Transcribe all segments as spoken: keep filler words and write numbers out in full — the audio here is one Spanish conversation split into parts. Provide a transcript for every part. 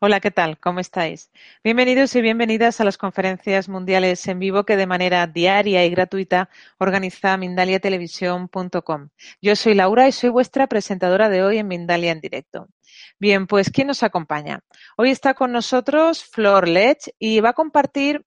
Hola, ¿qué tal? ¿Cómo estáis? Bienvenidos y bienvenidas a las conferencias mundiales en vivo que de manera diaria y gratuita organiza Mindalia Televisión punto com. Yo soy Laura y soy vuestra presentadora de hoy en Mindalia en directo. Bien, pues ¿quién nos acompaña? Hoy está con nosotros Flor Lech y va a compartir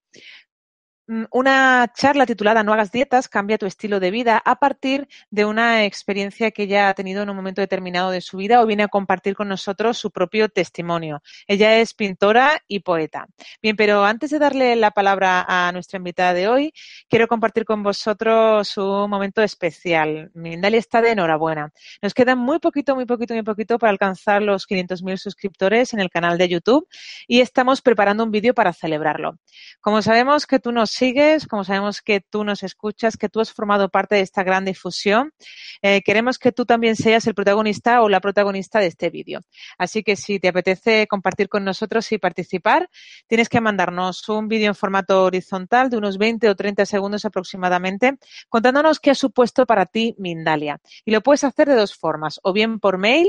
una charla titulada No hagas dietas, cambia tu estilo de vida, a partir de una experiencia que ella ha tenido en un momento determinado de su vida o viene a compartir con nosotros su propio testimonio. Ella es pintora y poeta. Bien, pero antes de darle la palabra a nuestra invitada de hoy, quiero compartir con vosotros un momento especial. Mindalia está de enhorabuena. Nos queda muy poquito, muy poquito, muy poquito para alcanzar los quinientos mil suscriptores en el canal de YouTube y estamos preparando un vídeo para celebrarlo. Como sabemos que tú nos sigues, como sabemos que tú nos escuchas, que tú has formado parte de esta gran difusión, eh, queremos que tú también seas el protagonista o la protagonista de este vídeo. Así que si te apetece compartir con nosotros y participar, tienes que mandarnos un vídeo en formato horizontal de unos veinte o treinta segundos aproximadamente, contándonos qué ha supuesto para ti Mindalia. Y lo puedes hacer de dos formas, o bien por mail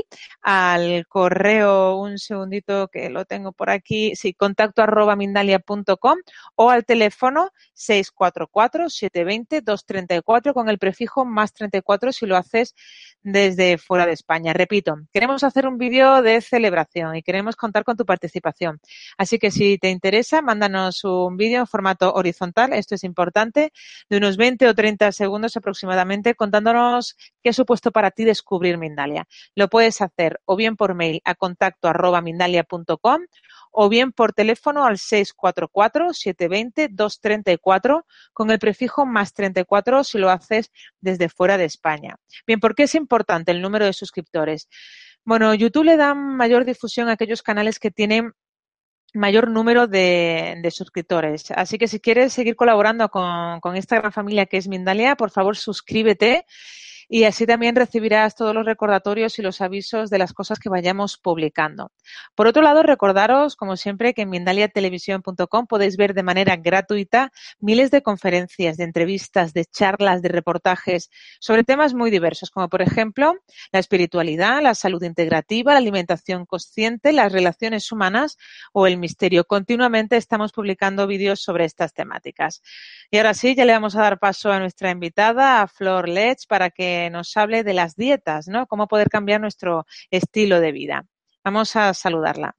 al correo, un segundito que lo tengo por aquí, sí, contacto arroba mindalia punto com o al teléfono seis cuatro cuatro, siete dos cero, dos tres cuatro con el prefijo más treinta y cuatro si lo haces desde fuera de España. Repito, queremos hacer un vídeo de celebración y queremos contar con tu participación. Así que si te interesa, mándanos un vídeo en formato horizontal, esto es importante, de unos veinte o treinta segundos aproximadamente, contándonos qué ha supuesto para ti descubrir Mindalia. Lo puedes hacer o bien por mail a contacto arroba mindalia punto com o bien por teléfono al seis cuatro cuatro, siete dos cero, dos tres cuatro con el prefijo más treinta y cuatro si lo haces desde fuera de España. Bien, ¿por qué es importante el número de suscriptores? Bueno, YouTube le da mayor difusión a aquellos canales que tienen mayor número de, de suscriptores. Así que si quieres seguir colaborando con, con esta gran familia que es Mindalia, por favor suscríbete y así también recibirás todos los recordatorios y los avisos de las cosas que vayamos publicando. Por otro lado, recordaros, como siempre, que en Mindalia Televisión punto com podéis ver de manera gratuita miles de conferencias, de entrevistas, de charlas, de reportajes sobre temas muy diversos, como por ejemplo la espiritualidad, la salud integrativa, la alimentación consciente, las relaciones humanas o el misterio. Continuamente estamos publicando vídeos sobre estas temáticas. Y ahora sí, ya le vamos a dar paso a nuestra invitada, a Flor Lech, para que nos hable de las dietas, ¿no? Cómo poder cambiar nuestro estilo de vida. Vamos a saludarla.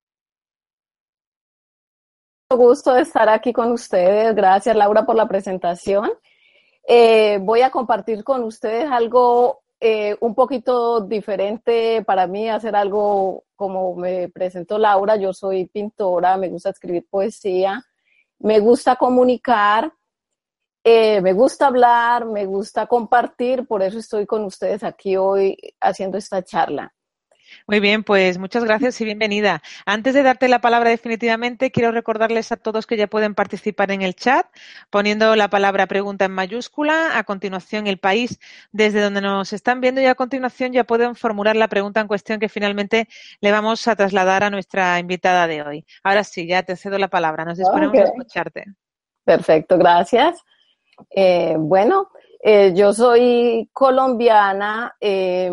Mucho gusto de estar aquí con ustedes. Gracias, Laura, por la presentación. Eh, voy a compartir con ustedes algo eh, un poquito diferente para mí, hacer algo como me presentó Laura. Yo soy pintora, me gusta escribir poesía, me gusta comunicar, eh, me gusta hablar, me gusta compartir, por eso estoy con ustedes aquí hoy haciendo esta charla. Muy bien, pues muchas gracias y bienvenida. Antes de darte la palabra definitivamente, quiero recordarles a todos que ya pueden participar en el chat poniendo la palabra pregunta en mayúscula, a continuación el país desde donde nos están viendo y a continuación ya pueden formular la pregunta en cuestión que finalmente le vamos a trasladar a nuestra invitada de hoy. Ahora sí, ya te cedo la palabra, nos disponemos a Okay. escucharte. Perfecto, gracias. Eh, bueno, eh, yo soy colombiana, eh,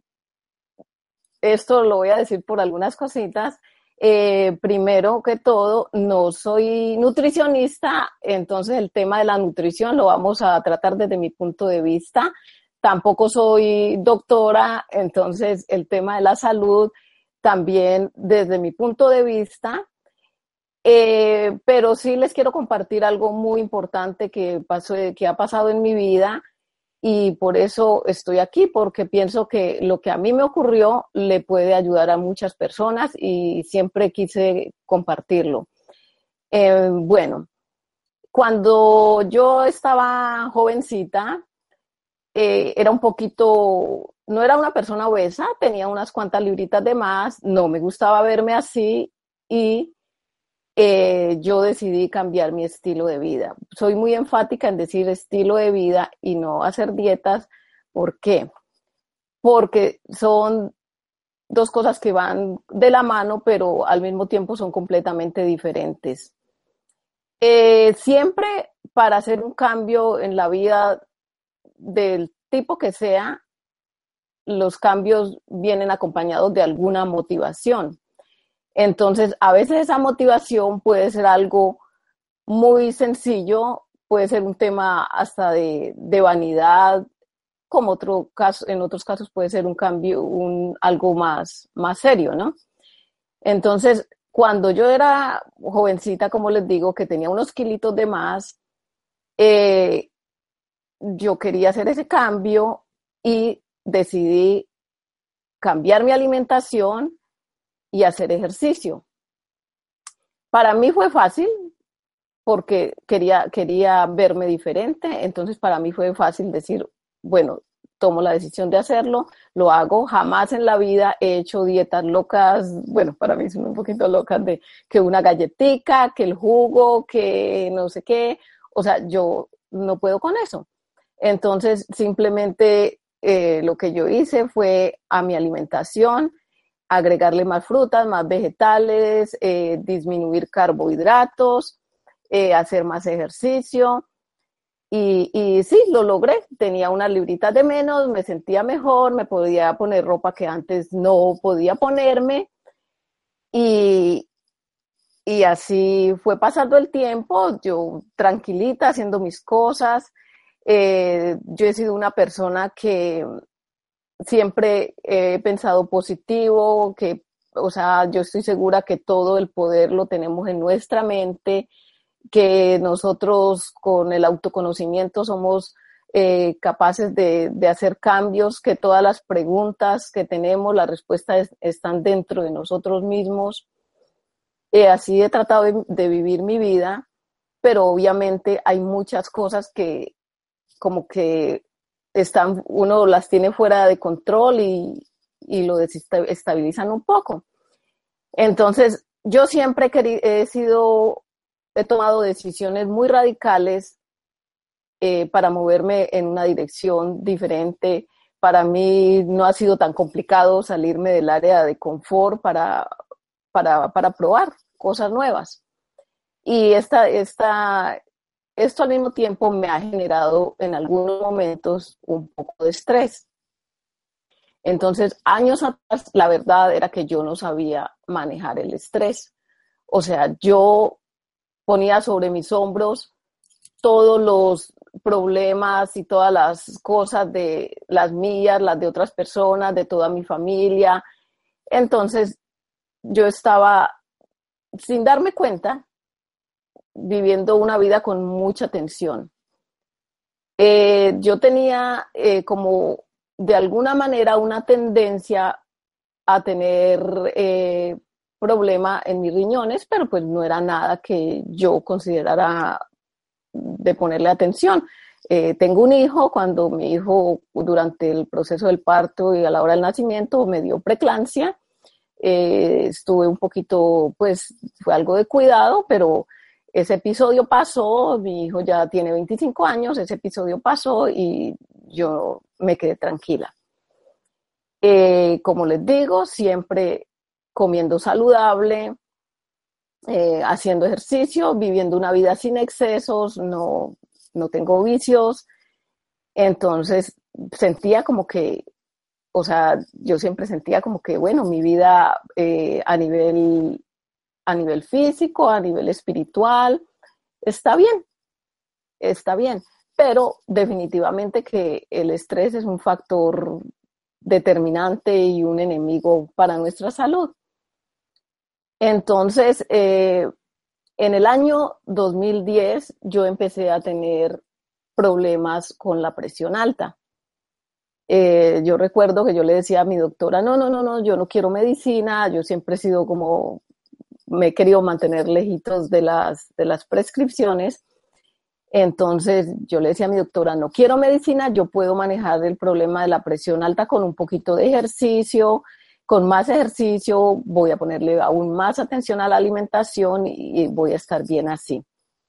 esto lo voy a decir por algunas cositas. Eh, primero que todo, no soy nutricionista, entonces el tema de la nutrición lo vamos a tratar desde mi punto de vista. Tampoco soy doctora, entonces el tema de la salud también desde mi punto de vista. Eh, pero sí les quiero compartir algo muy importante que pasó, que ha pasado en mi vida y por eso estoy aquí, porque pienso que lo que a mí me ocurrió le puede ayudar a muchas personas y siempre quise compartirlo. Eh, bueno, cuando yo estaba jovencita, eh, era un poquito, no era una persona obesa, tenía unas cuantas libritas de más, no me gustaba verme así y eh, yo decidí cambiar mi estilo de vida. Soy muy enfática en decir estilo de vida y no hacer dietas. ¿Por qué? Porque son dos cosas que van de la mano, pero al mismo tiempo son completamente diferentes. Eh, siempre para hacer un cambio en la vida del tipo que sea, los cambios vienen acompañados de alguna motivación. Entonces, a veces esa motivación puede ser algo muy sencillo, puede ser un tema hasta de, de vanidad, como otro caso, en otros casos puede ser un cambio, un, algo más, más serio, ¿no? Entonces, cuando yo era jovencita, como les digo, que tenía unos kilitos de más, eh, yo quería hacer ese cambio y decidí cambiar mi alimentación y hacer ejercicio. Para mí fue fácil porque quería, quería verme diferente, entonces para mí fue fácil decir, bueno, tomo la decisión de hacerlo, lo hago. Jamás en la vida he hecho dietas locas, bueno, para mí son un poquito locas, de que una galletica, que el jugo, que no sé qué, o sea, yo no puedo con eso. Entonces, simplemente eh, lo que yo hice fue a mi alimentación agregarle más frutas, más vegetales, eh, disminuir carbohidratos, eh, hacer más ejercicio. Y, y sí, lo logré. Tenía unas libritas de menos, me sentía mejor, me podía poner ropa que antes no podía ponerme. Y, y así fue pasando el tiempo, yo tranquilita, haciendo mis cosas. Eh, yo he sido una persona que siempre he pensado positivo, que, o sea, yo estoy segura que todo el poder lo tenemos en nuestra mente, que nosotros con el autoconocimiento somos eh, capaces de, de, hacer cambios, que todas las preguntas que tenemos, las respuestas están dentro de nosotros mismos. Eh, así he tratado de, de vivir mi vida, pero obviamente hay muchas cosas que como que están, uno las tiene fuera de control y, y lo desestabilizan un poco. Entonces, yo siempre he, querido, he sido, he tomado decisiones muy radicales eh, para moverme en una dirección diferente. Para mí no ha sido tan complicado salirme del área de confort para, para, para probar cosas nuevas. Y esta, esta, esto al mismo tiempo me ha generado en algunos momentos un poco de estrés. Entonces, años atrás, la verdad era que yo no sabía manejar el estrés. O sea, yo ponía sobre mis hombros todos los problemas y todas las cosas de las mías, las de otras personas, de toda mi familia. Entonces, yo estaba, sin darme cuenta, viviendo una vida con mucha tensión. Eh, yo tenía eh, como de alguna manera una tendencia a tener eh, problema en mis riñones, pero pues no era nada que yo considerara de ponerle atención. Eh, tengo un hijo, cuando mi hijo durante el proceso del parto y a la hora del nacimiento me dio preeclampsia, eh, estuve un poquito, pues fue algo de cuidado, pero ese episodio pasó, mi hijo ya tiene veinticinco años, ese episodio pasó y yo me quedé tranquila. Eh, como les digo, siempre comiendo saludable, eh, haciendo ejercicio, viviendo una vida sin excesos, no, no tengo vicios. Entonces sentía como que, o sea, yo siempre sentía como que, bueno, mi vida eh, a nivel a nivel físico, a nivel espiritual, está bien, está bien, pero definitivamente que el estrés es un factor determinante y un enemigo para nuestra salud. Entonces, eh, en el año dos mil diez yo empecé a tener problemas con la presión alta. Eh, yo recuerdo que yo le decía a mi doctora, no, no, no, no, yo no quiero medicina, yo siempre he sido como, me he querido mantener lejitos de las, de las prescripciones. Entonces yo le decía a mi doctora, no quiero medicina, yo puedo manejar el problema de la presión alta con un poquito de ejercicio, con más ejercicio voy a ponerle aún más atención a la alimentación y, y voy a estar bien así.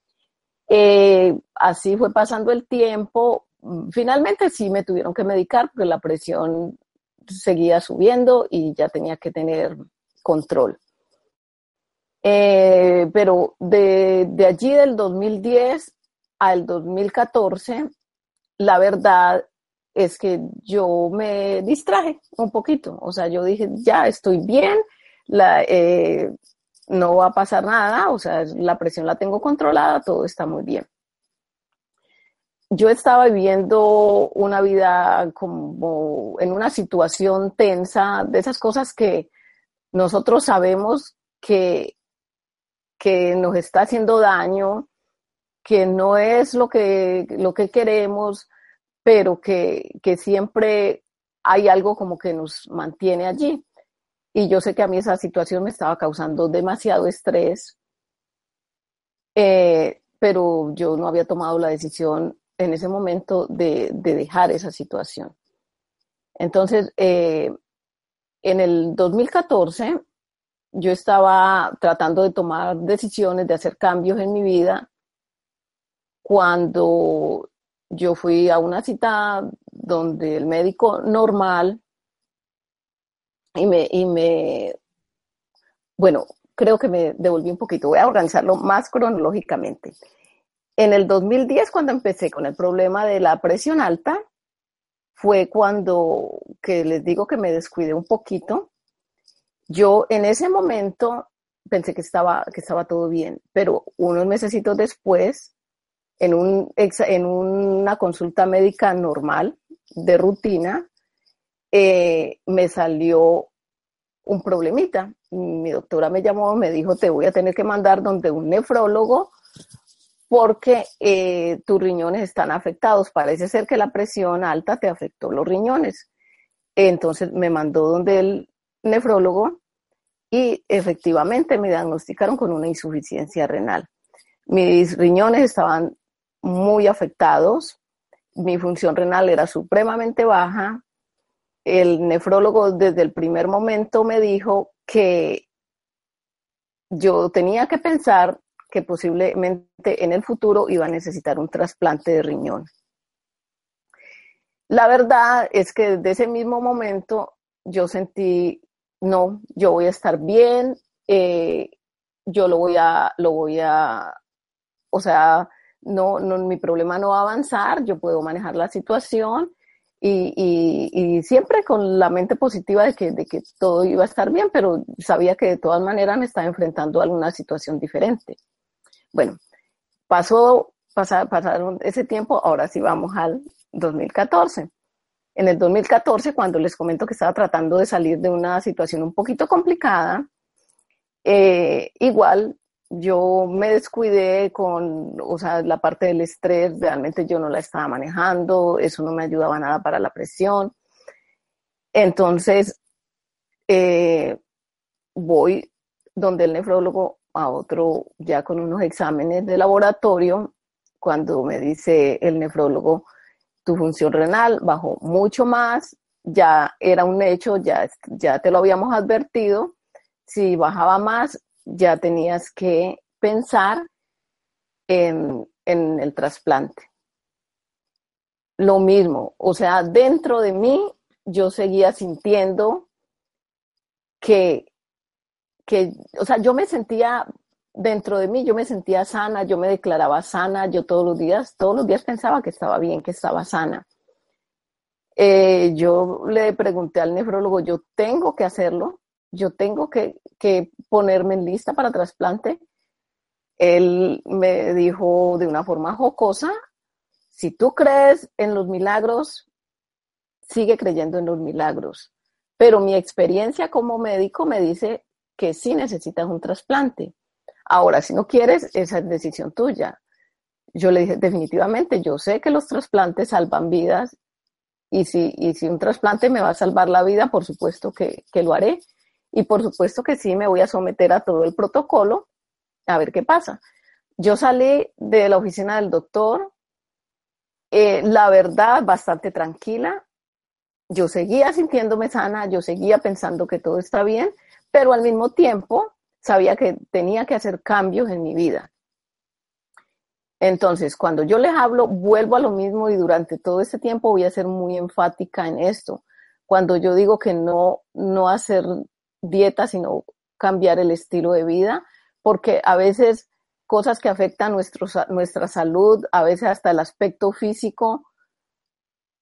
Eh, así fue pasando el tiempo. Finalmente sí me tuvieron que medicar porque la presión seguía subiendo y ya tenía que tener control. Eh, pero de, de allí del dos mil diez al dos mil catorce, la verdad es que yo me distraje un poquito. O sea, yo dije, ya estoy bien, la, eh, no va a pasar nada, o sea, la presión la tengo controlada, todo está muy bien. Yo estaba viviendo una vida como en una situación tensa, de esas cosas que nosotros sabemos que, que nos está haciendo daño, que no es lo que, lo que queremos, pero que, que siempre hay algo como que nos mantiene allí. Y yo sé que a mí esa situación me estaba causando demasiado estrés, eh, pero yo no había tomado la decisión en ese momento de, de dejar esa situación. Entonces, eh, en el dos mil catorce, yo estaba tratando de tomar decisiones, de hacer cambios en mi vida, cuando yo fui a una cita donde el médico normal y me, y me, bueno, creo que me devolví un poquito, voy a organizarlo más cronológicamente. En el dos mil diez, cuando empecé con el problema de la presión alta, fue cuando, que les digo que me descuidé un poquito. Yo en ese momento pensé que estaba, que estaba todo bien, pero unos mesecitos después, en, un, en una consulta médica normal, de rutina, eh, me salió un problemita. Mi doctora me llamó, me dijo, te voy a tener que mandar donde un nefrólogo porque eh, tus riñones están afectados. Parece ser que la presión alta te afectó los riñones. Entonces me mandó donde el nefrólogo y efectivamente me diagnosticaron con una insuficiencia renal. Mis riñones estaban muy afectados, mi función renal era supremamente baja. El nefrólogo desde el primer momento me dijo que yo tenía que pensar que posiblemente en el futuro iba a necesitar un trasplante de riñón. La verdad es que desde ese mismo momento yo sentí, no, yo voy a estar bien, eh, yo lo voy a, lo voy a, o sea, no, no, mi problema no va a avanzar, yo puedo manejar la situación y, y, y siempre con la mente positiva de que, de que todo iba a estar bien, pero sabía que de todas maneras me estaba enfrentando a alguna situación diferente. Bueno, pasó, pasa, pasaron ese tiempo, ahora sí vamos al dos mil catorce. En el dos mil catorce, cuando les comento que estaba tratando de salir de una situación un poquito complicada, eh, igual yo me descuidé con, o sea, la parte del estrés, realmente yo no la estaba manejando, eso no me ayudaba nada para la presión. Entonces, eh, voy donde el nefrólogo a otro, ya con unos exámenes de laboratorio, cuando me dice el nefrólogo, tu función renal bajó mucho más, ya era un hecho, ya, ya te lo habíamos advertido, si bajaba más, ya tenías que pensar en, en el trasplante. Lo mismo, o sea, dentro de mí yo seguía sintiendo que, que, o sea, yo me sentía, dentro de mí yo me sentía sana, yo me declaraba sana, yo todos los días, todos los días pensaba que estaba bien, que estaba sana. Eh, yo le pregunté al nefrólogo, yo tengo que hacerlo, yo tengo que, que ponerme en lista para trasplante. Él me dijo de una forma jocosa, si tú crees en los milagros, sigue creyendo en los milagros. Pero mi experiencia como médico me dice que sí necesitas un trasplante. Ahora, si no quieres, esa es decisión tuya. Yo le dije, definitivamente, yo sé que los trasplantes salvan vidas y si, y si un trasplante me va a salvar la vida, por supuesto que, que lo haré. Y por supuesto que sí, me voy a someter a todo el protocolo a ver qué pasa. Yo salí de la oficina del doctor, eh, la verdad, bastante tranquila. Yo seguía sintiéndome sana, yo seguía pensando que todo está bien, pero al mismo tiempo sabía que tenía que hacer cambios en mi vida. Entonces, cuando yo les hablo, vuelvo a lo mismo y durante todo este tiempo voy a ser muy enfática en esto. Cuando yo digo que no, no hacer dieta, sino cambiar el estilo de vida, porque a veces cosas que afectan nuestro, nuestra salud, a veces hasta el aspecto físico,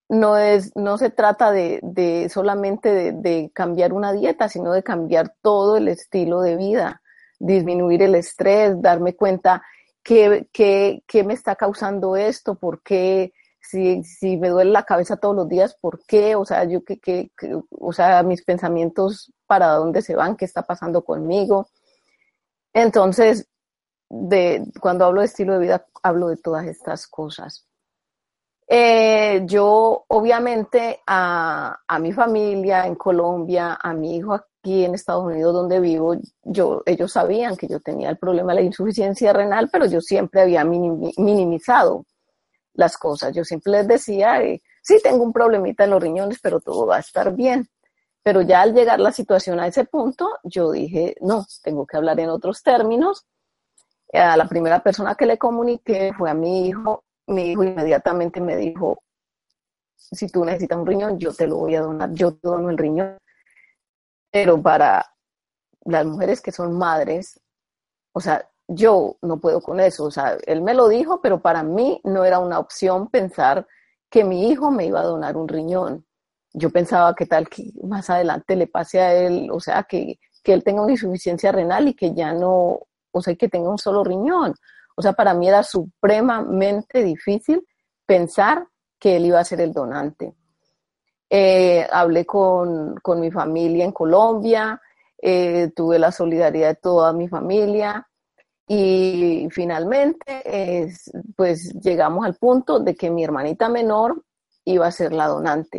no es, no se trata de, de solamente de, de cambiar una dieta, sino de cambiar todo el estilo de vida, disminuir el estrés, darme cuenta qué, qué, qué me está causando esto, por qué, si, si me duele la cabeza todos los días, por qué, o sea, yo qué, qué, qué, o sea, mis pensamientos para dónde se van, qué está pasando conmigo. Entonces, de, cuando hablo de estilo de vida, hablo de todas estas cosas. Eh, yo, obviamente, a, a mi familia en Colombia, a mi hijo aquí en Estados Unidos donde vivo, yo, ellos sabían que yo tenía el problema de la insuficiencia renal, pero yo siempre había minim, minimizado las cosas. Yo siempre les decía, eh, sí, tengo un problemita en los riñones, pero todo va a estar bien. Pero ya al llegar la situación a ese punto, yo dije, no, tengo que hablar en otros términos. A la primera persona que le comuniqué fue a mi hijo. Mi hijo inmediatamente me dijo, si tú necesitas un riñón, yo te lo voy a donar, yo te dono el riñón. Pero para las mujeres que son madres, o sea, yo no puedo con eso. O sea, él me lo dijo, pero para mí no era una opción pensar que mi hijo me iba a donar un riñón. Yo pensaba que tal que más adelante le pase a él, o sea, que, que él tenga una insuficiencia renal y que ya no, o sea, que tenga un solo riñón. O sea, para mí era supremamente difícil pensar que él iba a ser el donante. Eh, hablé con, con mi familia en Colombia, eh, tuve la solidaridad de toda mi familia y finalmente eh, pues llegamos al punto de que mi hermanita menor iba a ser la donante.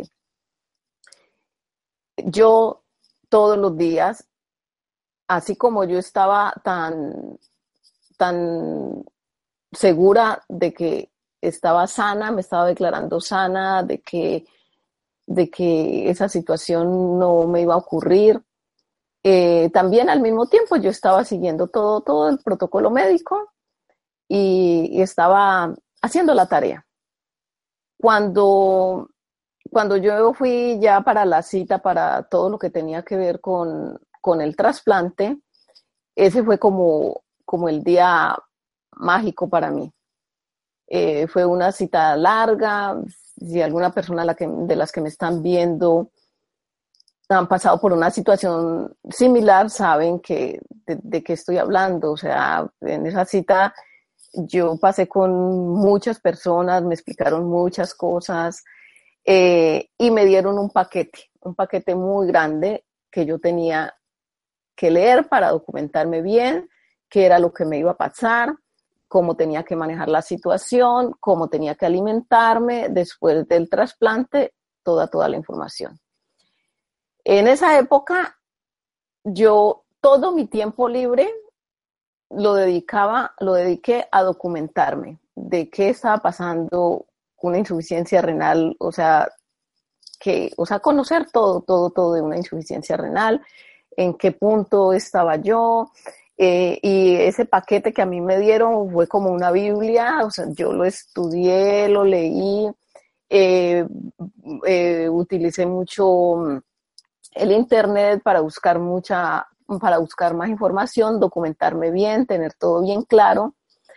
Yo todos los días, así como yo estaba tan, tan segura de que estaba sana, me estaba declarando sana, de que, de que esa situación no me iba a ocurrir. Eh, también al mismo tiempo yo estaba siguiendo todo, todo el protocolo médico y, y estaba haciendo la tarea. Cuando, cuando yo fui ya para la cita, para todo lo que tenía que ver con, con el trasplante, ese fue como, como el día mágico para mí. Eh, fue una cita larga. Si alguna persona la que, de las que me están viendo han pasado por una situación similar, saben que, de, de qué estoy hablando. O sea, en esa cita yo pasé con muchas personas, me explicaron muchas cosas eh, y me dieron un paquete, un paquete muy grande que yo tenía que leer para documentarme bien qué era lo que me iba a pasar, cómo tenía que manejar la situación, cómo tenía que alimentarme después del trasplante, toda, toda la información. En esa época, yo todo mi tiempo libre lo dedicaba, lo dediqué a documentarme de qué estaba pasando con una insuficiencia renal, o sea, que, o sea, conocer todo, todo, todo de una insuficiencia renal, en qué punto estaba yo, eh, y ese paquete que a mí me dieron fue como una Biblia, o sea, yo lo estudié, lo leí, eh, eh, utilicé mucho el internet para buscar mucha, para buscar más información, documentarme bien, tener todo bien claro.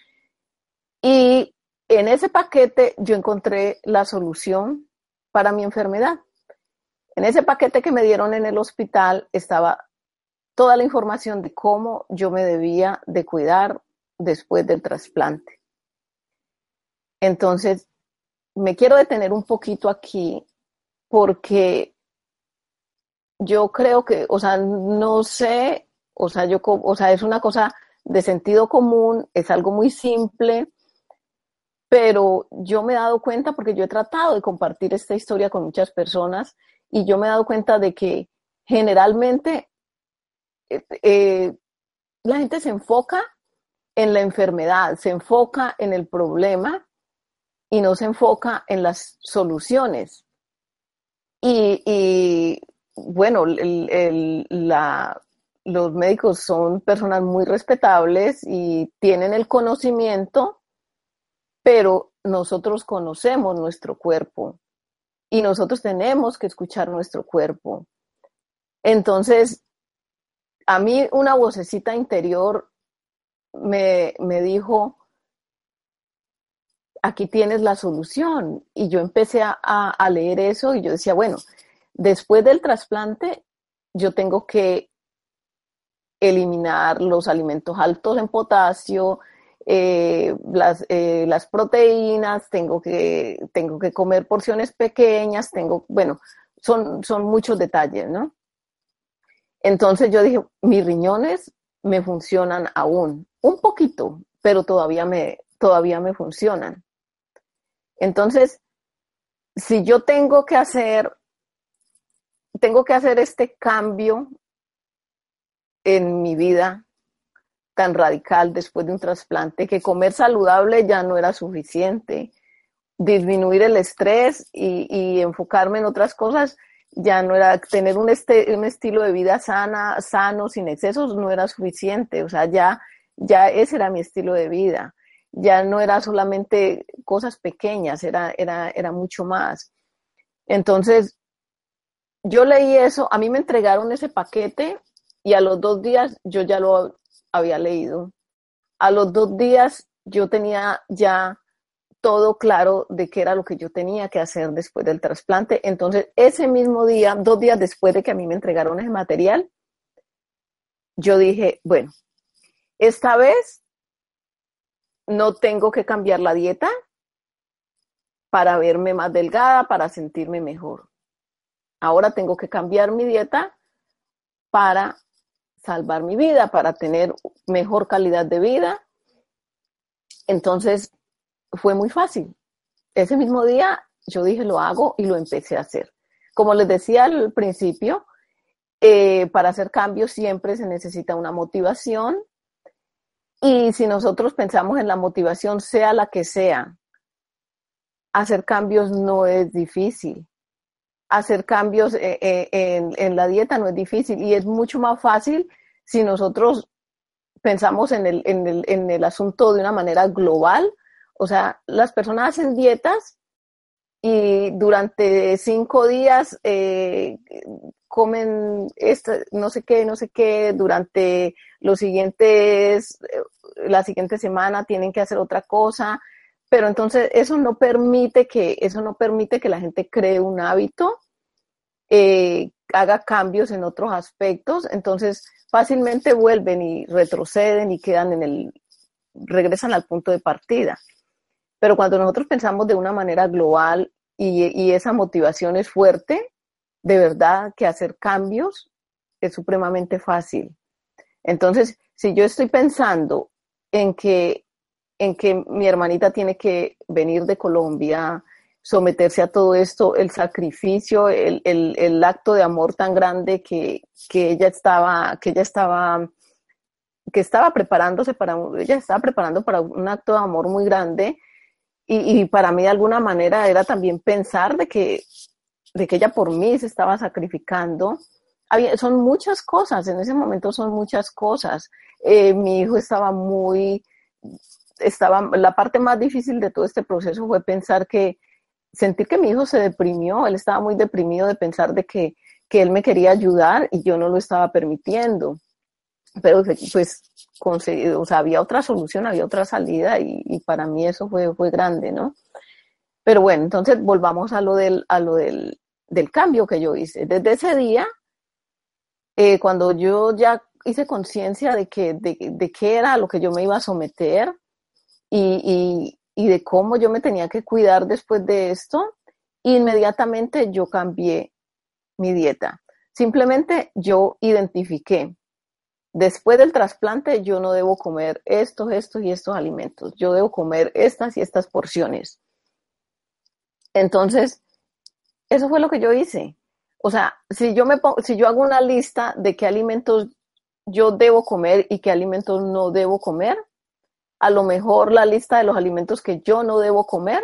Y en ese paquete yo encontré la solución para mi enfermedad. En ese paquete que me dieron en el hospital estaba toda la información de cómo yo me debía de cuidar después del trasplante. Entonces, me quiero detener un poquito aquí porque yo creo que, o sea, no sé, o sea, yo, o sea, es una cosa de sentido común, es algo muy simple, pero yo me he dado cuenta porque yo he tratado de compartir esta historia con muchas personas y yo me he dado cuenta de que generalmente eh, eh, la gente se enfoca en la enfermedad, se enfoca en el problema y no se enfoca en las soluciones. Y, y bueno, el, el, la, los médicos son personas muy respetables y tienen el conocimiento, pero nosotros conocemos nuestro cuerpo y nosotros tenemos que escuchar nuestro cuerpo. Entonces, a mí una vocecita interior me, me dijo, aquí tienes la solución. Y yo empecé a, a, a leer eso y yo decía, bueno, después del trasplante, yo tengo que eliminar los alimentos altos en potasio, eh, las, eh, las proteínas, tengo que, tengo que comer porciones pequeñas, tengo, bueno, son, son muchos detalles, ¿no? Entonces yo dije, mis riñones me funcionan aún, un poquito, pero todavía me, todavía me funcionan. Entonces, si yo tengo que hacer, tengo que hacer este cambio en mi vida tan radical después de un trasplante, que comer saludable ya no era suficiente, disminuir el estrés y, y enfocarme en otras cosas ya no era, tener un, este, un estilo de vida sana, sano, sin excesos, no era suficiente, o sea, ya, ya ese era mi estilo de vida, ya no era solamente cosas pequeñas, era, era, era mucho más. Entonces, yo leí eso, a mí me entregaron ese paquete y a los dos días yo ya lo había leído. A los dos días yo tenía ya todo claro de qué era lo que yo tenía que hacer después del trasplante. Entonces, ese mismo día, dos días después de que a mí me entregaron ese material, yo dije, bueno, esta vez no tengo que cambiar la dieta para verme más delgada, para sentirme mejor. Ahora tengo que cambiar mi dieta para salvar mi vida, para tener mejor calidad de vida. Entonces, fue muy fácil. Ese mismo día yo dije, lo hago y lo empecé a hacer. Como les decía al principio, eh, para hacer cambios siempre se necesita una motivación y si nosotros pensamos en la motivación, sea la que sea, hacer cambios no es difícil. Hacer cambios eh, eh, en, en la dieta no es difícil y es mucho más fácil si nosotros pensamos en el, en el, en el asunto de una manera global. O sea, las personas hacen dietas y durante cinco días eh, comen esta, no sé qué, no sé qué, durante los siguientes, la siguiente semana tienen que hacer otra cosa, pero entonces eso no permite que, eso no permite que la gente cree un hábito, eh, haga cambios en otros aspectos, entonces fácilmente vuelven y retroceden y quedan en el, regresan al punto de partida. Pero cuando nosotros pensamos de una manera global y, y esa motivación es fuerte, de verdad que hacer cambios es supremamente fácil. Entonces, si yo estoy pensando en que, en que mi hermanita tiene que venir de Colombia, someterse a todo esto, el sacrificio, el, el, el acto de amor tan grande que, que ella estaba, que ella estaba, que estaba preparándose para, ella estaba preparando para un acto de amor muy grande. Y, y para mí de alguna manera era también pensar de que, de que ella por mí se estaba sacrificando. Había, son muchas cosas, en ese momento son muchas cosas. Eh, mi hijo estaba muy, estaba, la parte más difícil de todo este proceso fue pensar que, sentir que mi hijo se deprimió, él estaba muy deprimido de pensar de que, que él me quería ayudar y yo no lo estaba permitiendo. Pero pues, o sea, había otra solución, había otra salida y, y para mí eso fue, fue grande, ¿no? Pero bueno, entonces volvamos a lo del, a lo del, del cambio que yo hice. Desde ese día, eh, cuando yo ya hice conciencia de que, de, de qué era lo que yo me iba a someter y, y, y de cómo yo me tenía que cuidar después de esto, inmediatamente yo cambié mi dieta. Simplemente yo identifiqué. Después del trasplante yo no debo comer estos, estos y estos alimentos. Yo debo comer estas y estas porciones. Entonces, eso fue lo que yo hice. O sea, si yo, me pongo, si yo hago una lista de qué alimentos yo debo comer y qué alimentos no debo comer, a lo mejor la lista de los alimentos que yo no debo comer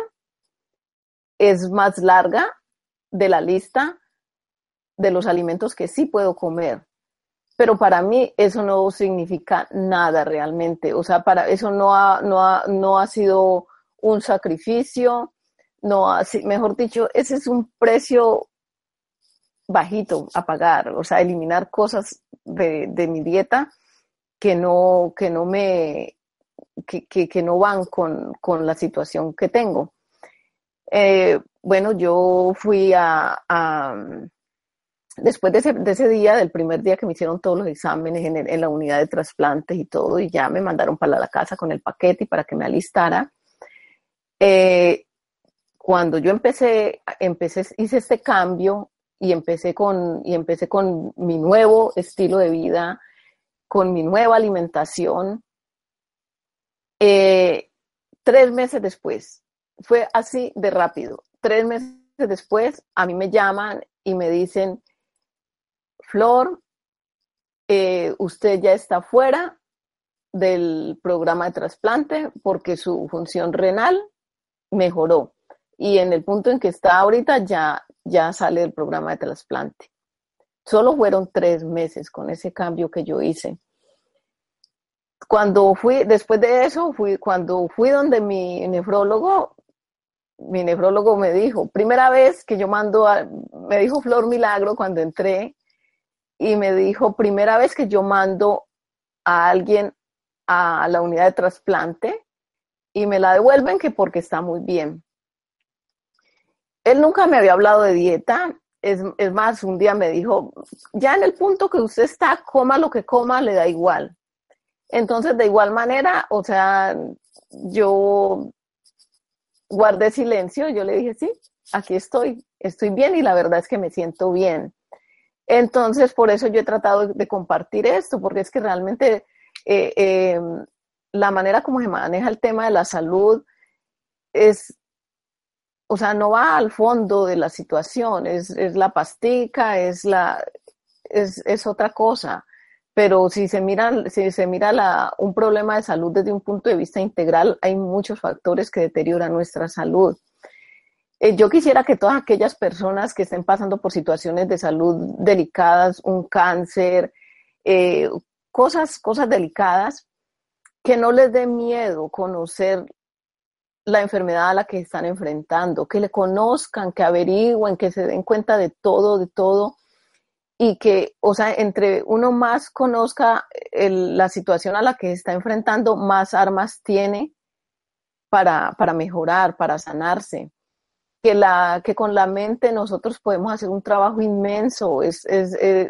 es más larga de la lista de los alimentos que sí puedo comer. Pero para mí eso no significa nada realmente. O sea, para eso no ha, no ha, no ha sido un sacrificio, no ha, mejor dicho, ese es un precio bajito a pagar. O sea, eliminar cosas de, de mi dieta que no, que no me, que, que, que no van con, con la situación que tengo. Eh, bueno, yo fui a, a después de ese, de ese día, del primer día que me hicieron todos los exámenes en, el, en la unidad de trasplantes y todo, y ya me mandaron para la casa con el paquete y para que me alistara. Eh, cuando yo empecé, empecé, hice este cambio y empecé con, y empecé con mi nuevo estilo de vida, con mi nueva alimentación, eh, tres meses después, fue así de rápido, tres meses después a mí me llaman y me dicen, Flor, eh, usted ya está fuera del programa de trasplante porque su función renal mejoró y en el punto en que está ahorita ya, ya sale del programa de trasplante. Solo fueron tres meses con ese cambio que yo hice. Cuando fui, después de eso, fui, cuando fui donde mi nefrólogo, mi nefrólogo me dijo, primera vez que yo mando, a, me dijo Flor Milagro cuando entré, y me dijo, primera vez que yo mando a alguien a la unidad de trasplante y me la devuelven que porque está muy bien. Él nunca me había hablado de dieta, es, es más, un día me dijo, ya en el punto que usted está, coma lo que coma, le da igual. Entonces, de igual manera, o sea, yo guardé silencio, yo le dije, sí, aquí estoy, estoy bien y la verdad es que me siento bien. Entonces, por eso yo he tratado de compartir esto, porque es que realmente eh, eh, la manera como se maneja el tema de la salud es, o sea, no va al fondo de la situación, es, es la pastica, es, la, es, es otra cosa. Pero si se mira, si se mira la, un problema de salud desde un punto de vista integral, hay muchos factores que deterioran nuestra salud. Eh, yo quisiera que todas aquellas personas que estén pasando por situaciones de salud delicadas, un cáncer, eh, cosas, cosas delicadas, que no les dé miedo conocer la enfermedad a la que están enfrentando, que le conozcan, que averigüen, que se den cuenta de todo, de todo, y que, o sea, entre uno más conozca el, la situación a la que se está enfrentando, más armas tiene para, para mejorar, para sanarse. Que, la, que con la mente nosotros podemos hacer un trabajo inmenso. Es, es, eh,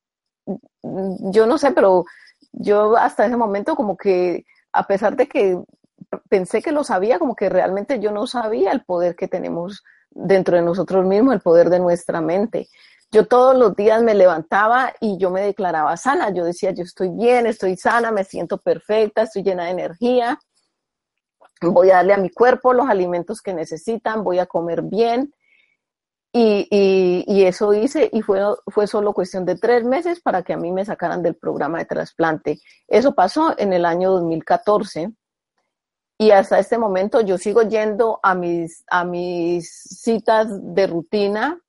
yo no sé, pero yo hasta ese momento como que, a pesar de que pensé que lo sabía, como que realmente yo no sabía el poder que tenemos dentro de nosotros mismos, el poder de nuestra mente. Yo todos los días me levantaba y yo me declaraba sana. Yo decía, yo estoy bien, estoy sana, me siento perfecta, estoy llena de energía. Voy a darle a mi cuerpo los alimentos que necesitan, voy a comer bien. Y, y, y eso hice y fue, fue solo cuestión de tres meses para que a mí me sacaran del programa de trasplante. Eso pasó en el año dos mil catorce y hasta este momento yo sigo yendo a mis, a mis citas de rutina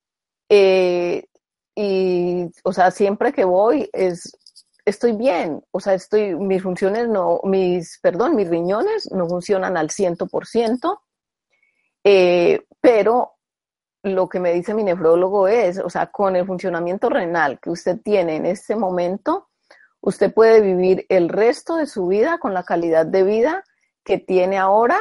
eh, y, o sea, siempre que voy es... estoy bien, o sea, estoy, mis funciones no, mis, perdón, mis riñones no funcionan al cien por ciento, eh, pero lo que me dice mi nefrólogo es, o sea, con el funcionamiento renal que usted tiene en este momento, usted puede vivir el resto de su vida con la calidad de vida que tiene ahora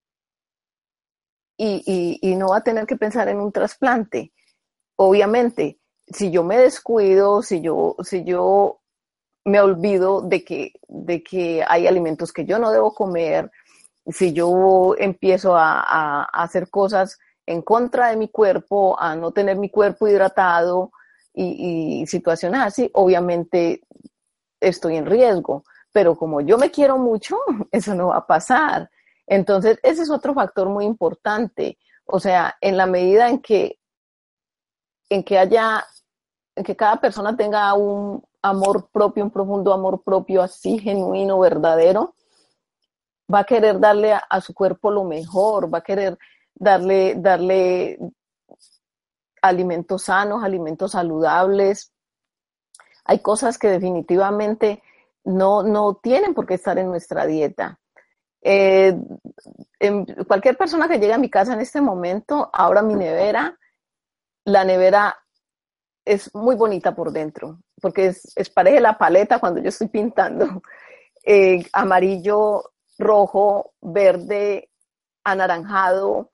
y, y, y no va a tener que pensar en un trasplante. Obviamente, si yo me descuido, si yo, si yo me olvido de que, de que hay alimentos que yo no debo comer, si yo empiezo a, a, a hacer cosas en contra de mi cuerpo, a no tener mi cuerpo hidratado y, y situaciones así, obviamente estoy en riesgo. Pero como yo me quiero mucho, eso no va a pasar. Entonces, ese es otro factor muy importante. O sea, en la medida en que, en que haya, en que cada persona tenga un amor propio, un profundo amor propio así, genuino, verdadero, va a querer darle a, a su cuerpo lo mejor, va a querer darle, darle alimentos sanos, alimentos saludables. Hay cosas que definitivamente no, no tienen por qué estar en nuestra dieta. Eh, en cualquier persona que llegue a mi casa en este momento, ahora mi nevera, la nevera es muy bonita por dentro, porque es, es parece la paleta cuando yo estoy pintando. Eh, amarillo rojo, verde, anaranjado.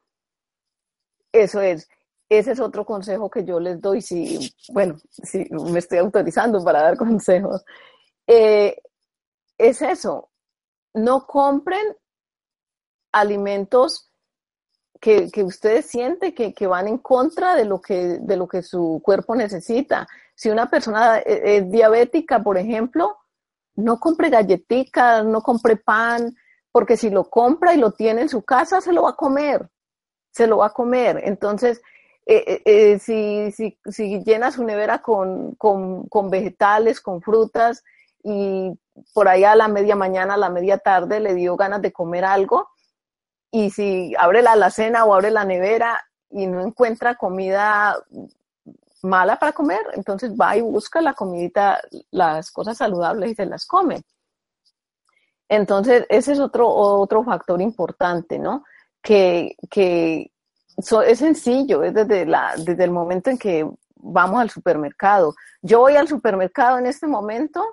Eso es. Ese es otro consejo que yo les doy, si, bueno, si me estoy autorizando para dar consejos. Eh, es eso, no compren alimentos que, que ustedes sienten que, que van en contra de lo que, de lo que su cuerpo necesita. Si una persona es, es diabética, por ejemplo, no compre galletitas, no compre pan, porque si lo compra y lo tiene en su casa, se lo va a comer, se lo va a comer. Entonces, eh, eh, eh, si, si, si llena su nevera con, con, con vegetales, con frutas, y por allá a la media mañana, a la media tarde le dio ganas de comer algo, y si abre la alacena o abre la nevera y no encuentra comida mala para comer, entonces va y busca la comidita, las cosas saludables y se las come. Entonces, ese es otro, otro factor importante, ¿no? Que, que so, es sencillo, es desde, la, desde el momento en que vamos al supermercado. Yo voy al supermercado en este momento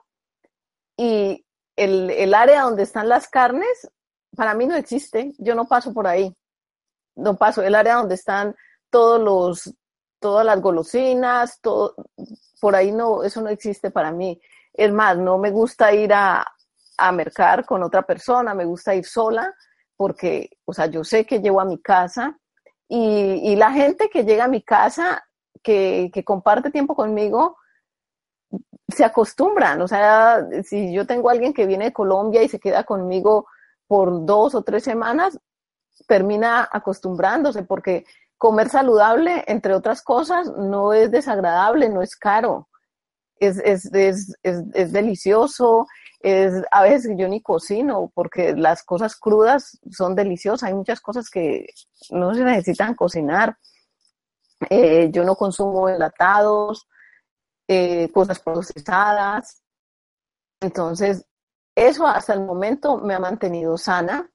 y el, el área donde están las carnes, para mí no existe, yo no paso por ahí, no paso, el área donde están todos los, todas las golosinas, todo, por ahí no, eso no existe para mí. Es más, no me gusta ir a, a mercar con otra persona, me gusta ir sola, porque, o sea, yo sé que llego a mi casa y, y la gente que llega a mi casa, que, que comparte tiempo conmigo, se acostumbran. O sea, si yo tengo a alguien que viene de Colombia y se queda conmigo por dos o tres semanas, termina acostumbrándose, porque comer saludable, entre otras cosas, no es desagradable, no es caro, es, es, es, es, es delicioso. Es, a veces yo ni cocino porque las cosas crudas son deliciosas, hay muchas cosas que no se necesitan cocinar. Eh, yo no consumo enlatados, eh, cosas procesadas. Entonces, eso hasta el momento me ha mantenido sana.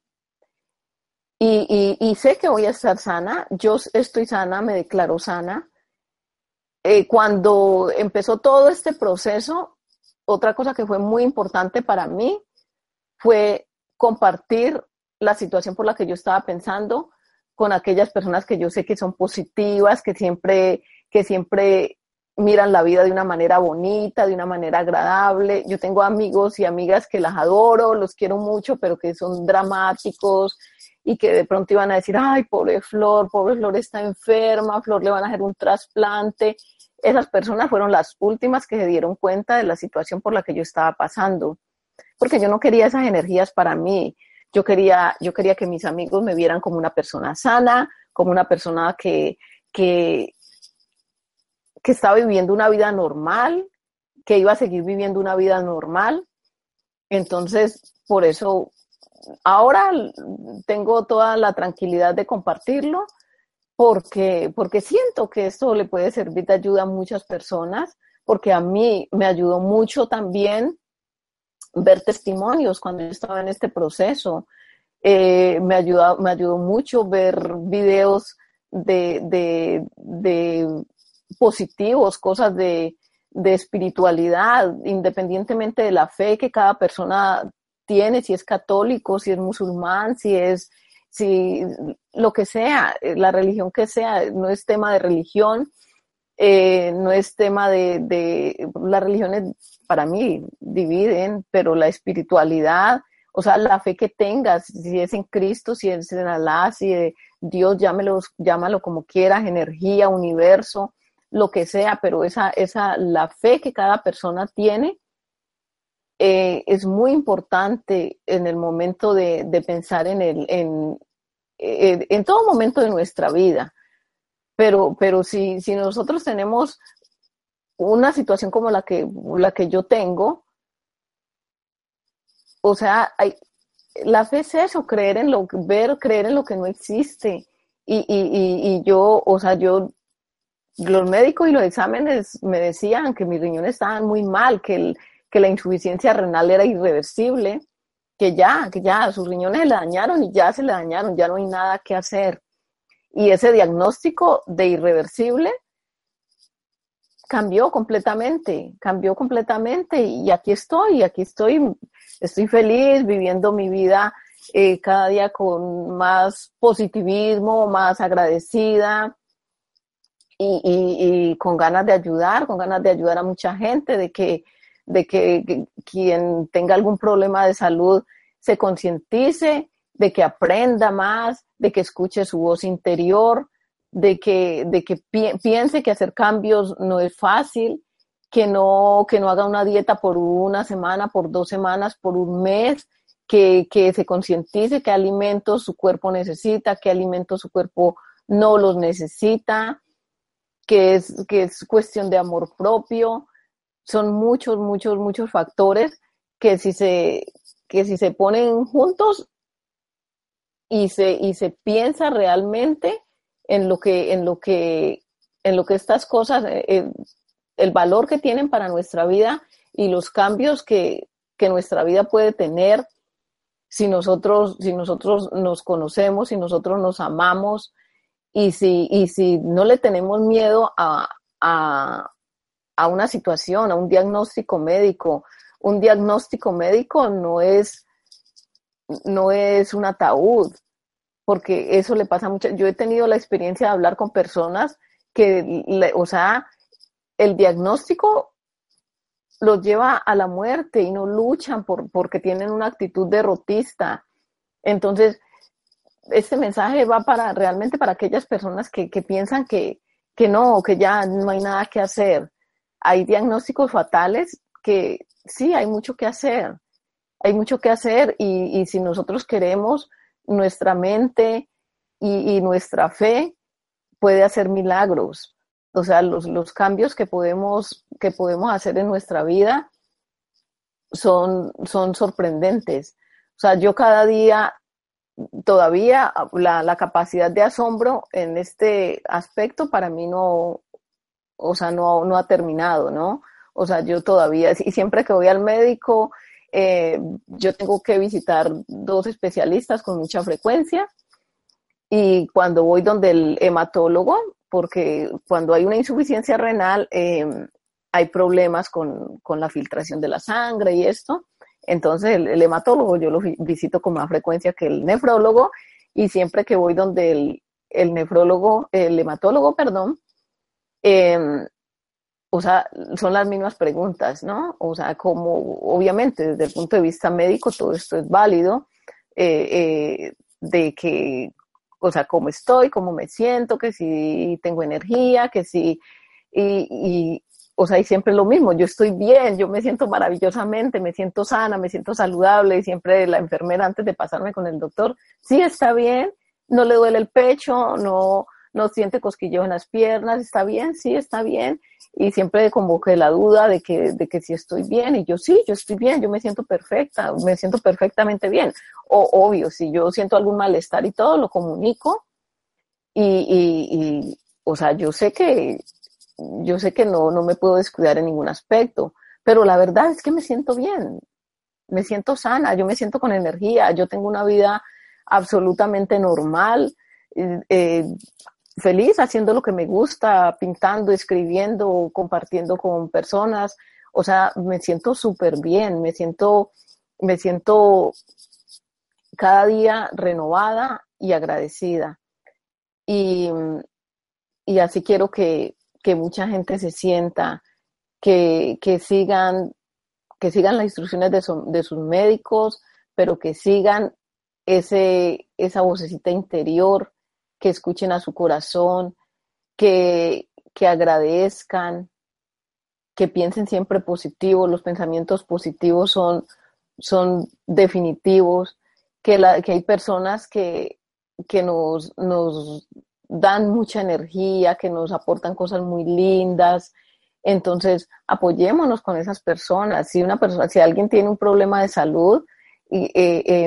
Y, y, y sé que voy a estar sana, yo estoy sana, me declaro sana. Eh, cuando empezó todo este proceso, otra cosa que fue muy importante para mí fue compartir la situación por la que yo estaba pensando con aquellas personas que yo sé que son positivas, que siempre, que siempre miran la vida de una manera bonita, de una manera agradable. Yo tengo amigos y amigas que las adoro, los quiero mucho, pero que son dramáticos y que de pronto iban a decir, ay, pobre Flor, pobre Flor está enferma, Flor le van a hacer un trasplante. Esas personas fueron las últimas que se dieron cuenta de la situación por la que yo estaba pasando, porque yo no quería esas energías para mí. Yo quería, yo quería que mis amigos me vieran como una persona sana, como una persona que, que, que estaba viviendo una vida normal, que iba a seguir viviendo una vida normal. Entonces, por eso, ahora tengo toda la tranquilidad de compartirlo, porque, porque siento que esto le puede servir de ayuda a muchas personas, porque a mí me ayudó mucho también ver testimonios cuando yo estaba en este proceso. Eh, me, ayudó, me ayudó mucho ver videos de, de, de positivos, cosas de, de espiritualidad, independientemente de la fe que cada persona tiene, si es católico, si es musulmán, si es, si lo que sea, la religión que sea, no es tema de religión, eh, no es tema de, de, las religiones para mí dividen, pero la espiritualidad, o sea, la fe que tengas, si es en Cristo, si es en Alá, si es Dios, llámelo, llámalo como quieras, energía, universo, lo que sea, pero esa, esa, la fe que cada persona tiene eh, es muy importante en el momento de, de pensar en, el, en, en, en todo momento de nuestra vida. Pero, pero si, si nosotros tenemos una situación como la que, la que yo tengo, o sea, hay, la fe es eso, creer en lo, ver, creer en lo que no existe. Y, y, y, y yo, o sea, yo, los médicos y los exámenes me decían que mis riñones estaban muy mal, que, el, que la insuficiencia renal era irreversible, que ya, que ya, sus riñones se le dañaron y ya se le dañaron, ya no hay nada que hacer. Y ese diagnóstico de irreversible cambió completamente, cambió completamente y aquí estoy, aquí estoy, estoy feliz viviendo mi vida eh, cada día con más positivismo, más agradecida y, y, y con ganas de ayudar, con ganas de ayudar a mucha gente, de que, de que, que quien tenga algún problema de salud se concientice, de que aprenda más, de que escuche su voz interior, de que, de que pi- piense que hacer cambios no es fácil, que no, que no haga una dieta por una semana, por dos semanas, por un mes, que, que se concientice qué alimentos su cuerpo necesita, qué alimentos su cuerpo no los necesita, que es, que es cuestión de amor propio. Son muchos, muchos, muchos factores que si se, que si se ponen juntos y se, y se piensa realmente en lo que, en lo que, en lo que estas cosas, eh, el valor que tienen para nuestra vida y los cambios que, que nuestra vida puede tener si nosotros, si nosotros nos conocemos, si nosotros nos amamos y si, y si no le tenemos miedo a, a, a una situación, a un diagnóstico médico. Un diagnóstico médico no es, no es un ataúd, porque eso le pasa mucho. Yo he tenido la experiencia de hablar con personas que, le, o sea, el diagnóstico los lleva a la muerte y no luchan por, porque tienen una actitud derrotista. Entonces, este mensaje va para realmente para aquellas personas que, que piensan que, que no, que ya no hay nada que hacer. Hay diagnósticos fatales que sí, hay mucho que hacer. Hay mucho que hacer y, y si nosotros queremos, nuestra mente y, y nuestra fe puede hacer milagros. O sea, los, los cambios que podemos, que podemos hacer en nuestra vida son, son sorprendentes. O sea, yo cada día todavía la, la capacidad de asombro en este aspecto para mí no, o sea, no, no ha terminado, ¿no? O sea, yo todavía, y siempre que voy al médico, eh, yo tengo que visitar dos especialistas con mucha frecuencia y cuando voy donde el hematólogo, porque cuando hay una insuficiencia renal, eh, hay problemas con, con la filtración de la sangre y esto. Entonces el, el hematólogo yo lo visito con más frecuencia que el nefrólogo y siempre que voy donde el, el nefrólogo, el hematólogo, perdón, eh, o sea, son las mismas preguntas, ¿no? O sea, como obviamente desde el punto de vista médico todo esto es válido, eh, eh, de que, o sea, cómo estoy, cómo me siento, que si tengo energía, que si, y, y o sea, y siempre lo mismo, yo estoy bien, yo me siento maravillosamente, me siento sana, me siento saludable, y siempre la enfermera antes de pasarme con el doctor, sí está bien, no le duele el pecho, no, no siente cosquilleo en las piernas, está bien, sí está bien, y siempre como que la duda de que, de que si estoy bien, y yo sí, yo estoy bien, yo me siento perfecta, me siento perfectamente bien, o obvio, si yo siento algún malestar y todo, lo comunico, y, y, y o sea, yo sé que yo sé que no, no me puedo descuidar en ningún aspecto, pero la verdad es que me siento bien, me siento sana, yo me siento con energía, yo tengo una vida absolutamente normal, eh, eh, feliz haciendo lo que me gusta, pintando, escribiendo, compartiendo con personas, o sea, me siento súper bien, me siento, me siento cada día renovada y agradecida. Y, y así quiero que, que mucha gente se sienta, que, que sigan, que sigan las instrucciones de, su, de sus médicos, pero que sigan ese, esa vocecita interior, que escuchen a su corazón, que, que agradezcan, que piensen siempre positivo, los pensamientos positivos son, son definitivos, que, la, que hay personas que, que nos, nos dan mucha energía, que nos aportan cosas muy lindas. Entonces, apoyémonos con esas personas. Si una persona, si alguien tiene un problema de salud, y, eh, eh,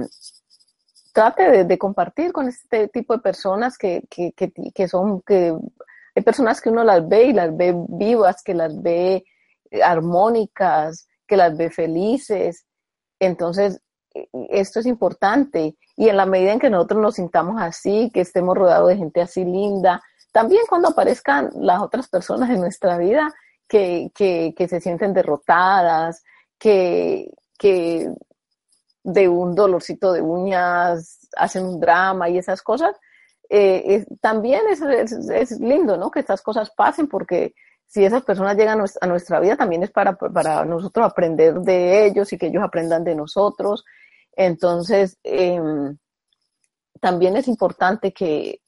trate de, de, compartir con este tipo de personas que, que, que, que son, que hay personas que uno las ve y las ve vivas, que las ve armónicas, que las ve felices. Entonces, esto es importante. Y en la medida en que nosotros nos sintamos así, que estemos rodeados de gente así linda, también cuando aparezcan las otras personas en nuestra vida que, que, que se sienten derrotadas, que, que, de un dolorcito de uñas, hacen un drama y esas cosas, eh, es, también es, es, es lindo, ¿no? Que estas cosas pasen, porque si esas personas llegan a nuestra, a nuestra vida, también es para, para nosotros aprender de ellos y que ellos aprendan de nosotros. Entonces, eh, también es importante que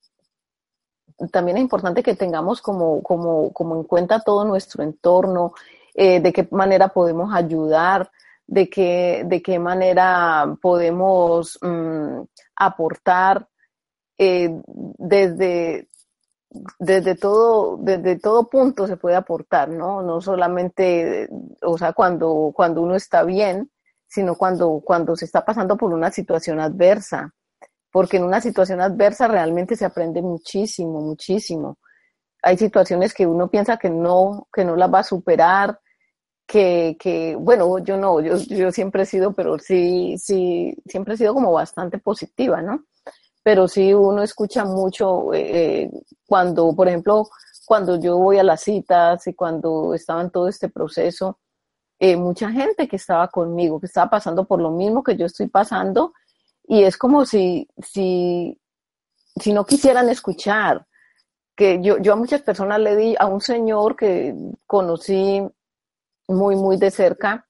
también es importante que tengamos como, como, como en cuenta todo nuestro entorno, eh, de qué manera podemos ayudar, de qué, de qué manera podemos um, aportar, eh, desde, desde todo, desde todo punto se puede aportar, ¿no? No solamente, o sea, cuando, cuando uno está bien, sino cuando, cuando se está pasando por una situación adversa, porque en una situación adversa realmente se aprende muchísimo, muchísimo. Hay situaciones que uno piensa que no, que no las va a superar, que, que bueno, yo no, yo, yo siempre he sido, pero sí, sí, siempre he sido como bastante positiva, ¿no? Pero sí uno escucha mucho eh, cuando, por ejemplo, cuando yo voy a las citas y cuando estaba en todo este proceso, eh, mucha gente que estaba conmigo, que estaba pasando por lo mismo que yo estoy pasando, y es como si, si, si no quisieran escuchar, que yo, yo a muchas personas le di, a un señor que conocí muy, muy de cerca,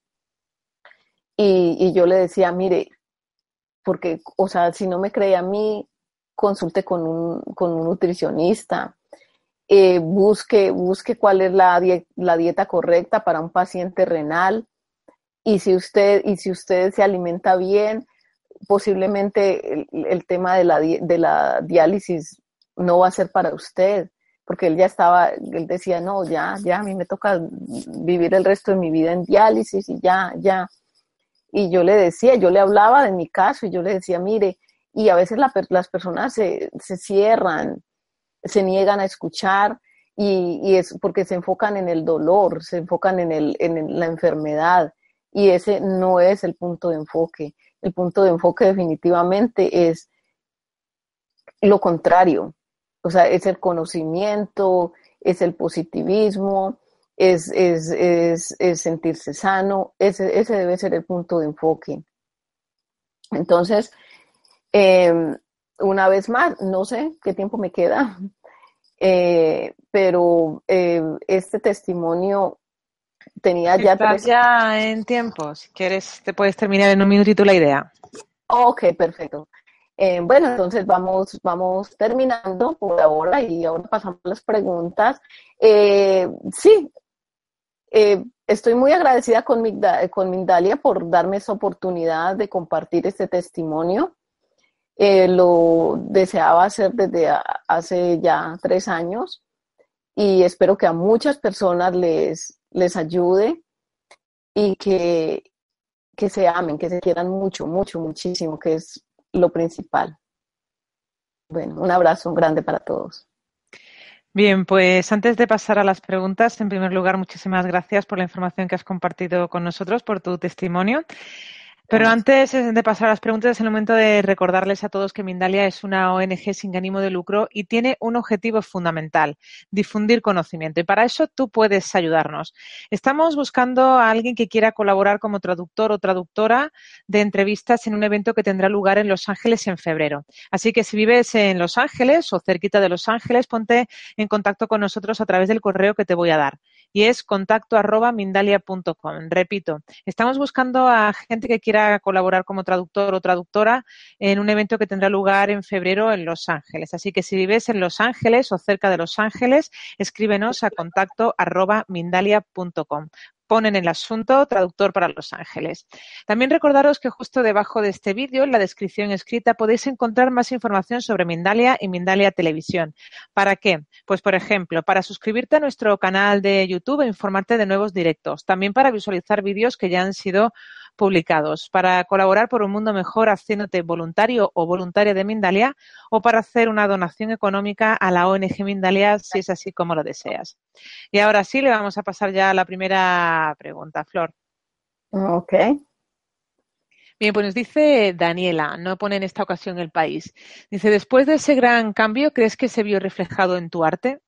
y, y yo le decía, mire, porque, o sea, si no me cree a mí, consulte con un, con un nutricionista, eh, busque, busque cuál es la, die la dieta correcta para un paciente renal, y si usted, y si usted se alimenta bien, posiblemente el, el tema de la, de la diálisis no va a ser para usted, porque él ya estaba, él decía, no, ya, ya, a mí me toca vivir el resto de mi vida en diálisis y ya, ya. Y yo le decía, yo le hablaba de mi caso y yo le decía, mire, y a veces la, las personas se, se cierran, se niegan a escuchar y, y es porque se enfocan en el dolor, se enfocan en, el, en la enfermedad, y ese no es el punto de enfoque. El punto de enfoque definitivamente es lo contrario, o sea, es el conocimiento, es el positivismo, es, es, es, es sentirse sano, ese, ese debe ser el punto de enfoque. Entonces, eh, una vez más, no sé qué tiempo me queda, eh, pero eh, este testimonio tenía ya Estás tres. ya en tiempo. Si quieres, te puedes terminar en un minutito la idea. Ok, perfecto. Eh, bueno, entonces vamos, vamos terminando por ahora y ahora pasamos a las preguntas. Eh, sí, eh, estoy muy agradecida con, Migda, con Mindalia por darme esa oportunidad de compartir este testimonio. Eh, lo deseaba hacer desde a, hace ya tres años y espero que a muchas personas les, les ayude y que, que se amen, que se quieran mucho, mucho, muchísimo, que es lo principal. Bueno, un abrazo grande para todos. Bien, pues antes de pasar a las preguntas, en primer lugar, muchísimas gracias por la información que has compartido con nosotros, por tu testimonio. Pero Gracias. antes de pasar a las preguntas, es el momento de recordarles a todos que Mindalia es una O N G sin ánimo de lucro y tiene un objetivo fundamental, difundir conocimiento. Y para eso tú puedes ayudarnos. Estamos buscando a alguien que quiera colaborar como traductor o traductora de entrevistas en un evento que tendrá lugar en Los Ángeles en febrero. Así que si vives en Los Ángeles o cerquita de Los Ángeles, ponte en contacto con nosotros a través del correo que te voy a dar. Y es contacto arroba mindalia punto com. Repito, estamos buscando a gente que quiera colaborar como traductor o traductora en un evento que tendrá lugar en febrero en Los Ángeles. Así que si vives en Los Ángeles o cerca de Los Ángeles, escríbenos a contacto arroba mindalia punto com. Ponen el asunto traductor para Los Ángeles. También recordaros que justo debajo de este vídeo, en la descripción escrita, podéis encontrar más información sobre Mindalia y Mindalia Televisión. ¿Para qué? Pues, por ejemplo, para suscribirte a nuestro canal de YouTube e informarte de nuevos directos. También para visualizar vídeos que ya han sido publicados, para colaborar por un mundo mejor haciéndote voluntario o voluntaria de Mindalia o para hacer una donación económica a la O N G Mindalia si es así como lo deseas. Y ahora sí, le vamos a pasar ya a la primera pregunta, Flor. Ok. Bien, pues nos dice Daniela, no pone en esta ocasión el país. Dice, después de ese gran cambio, ¿crees que se vio reflejado en tu arte?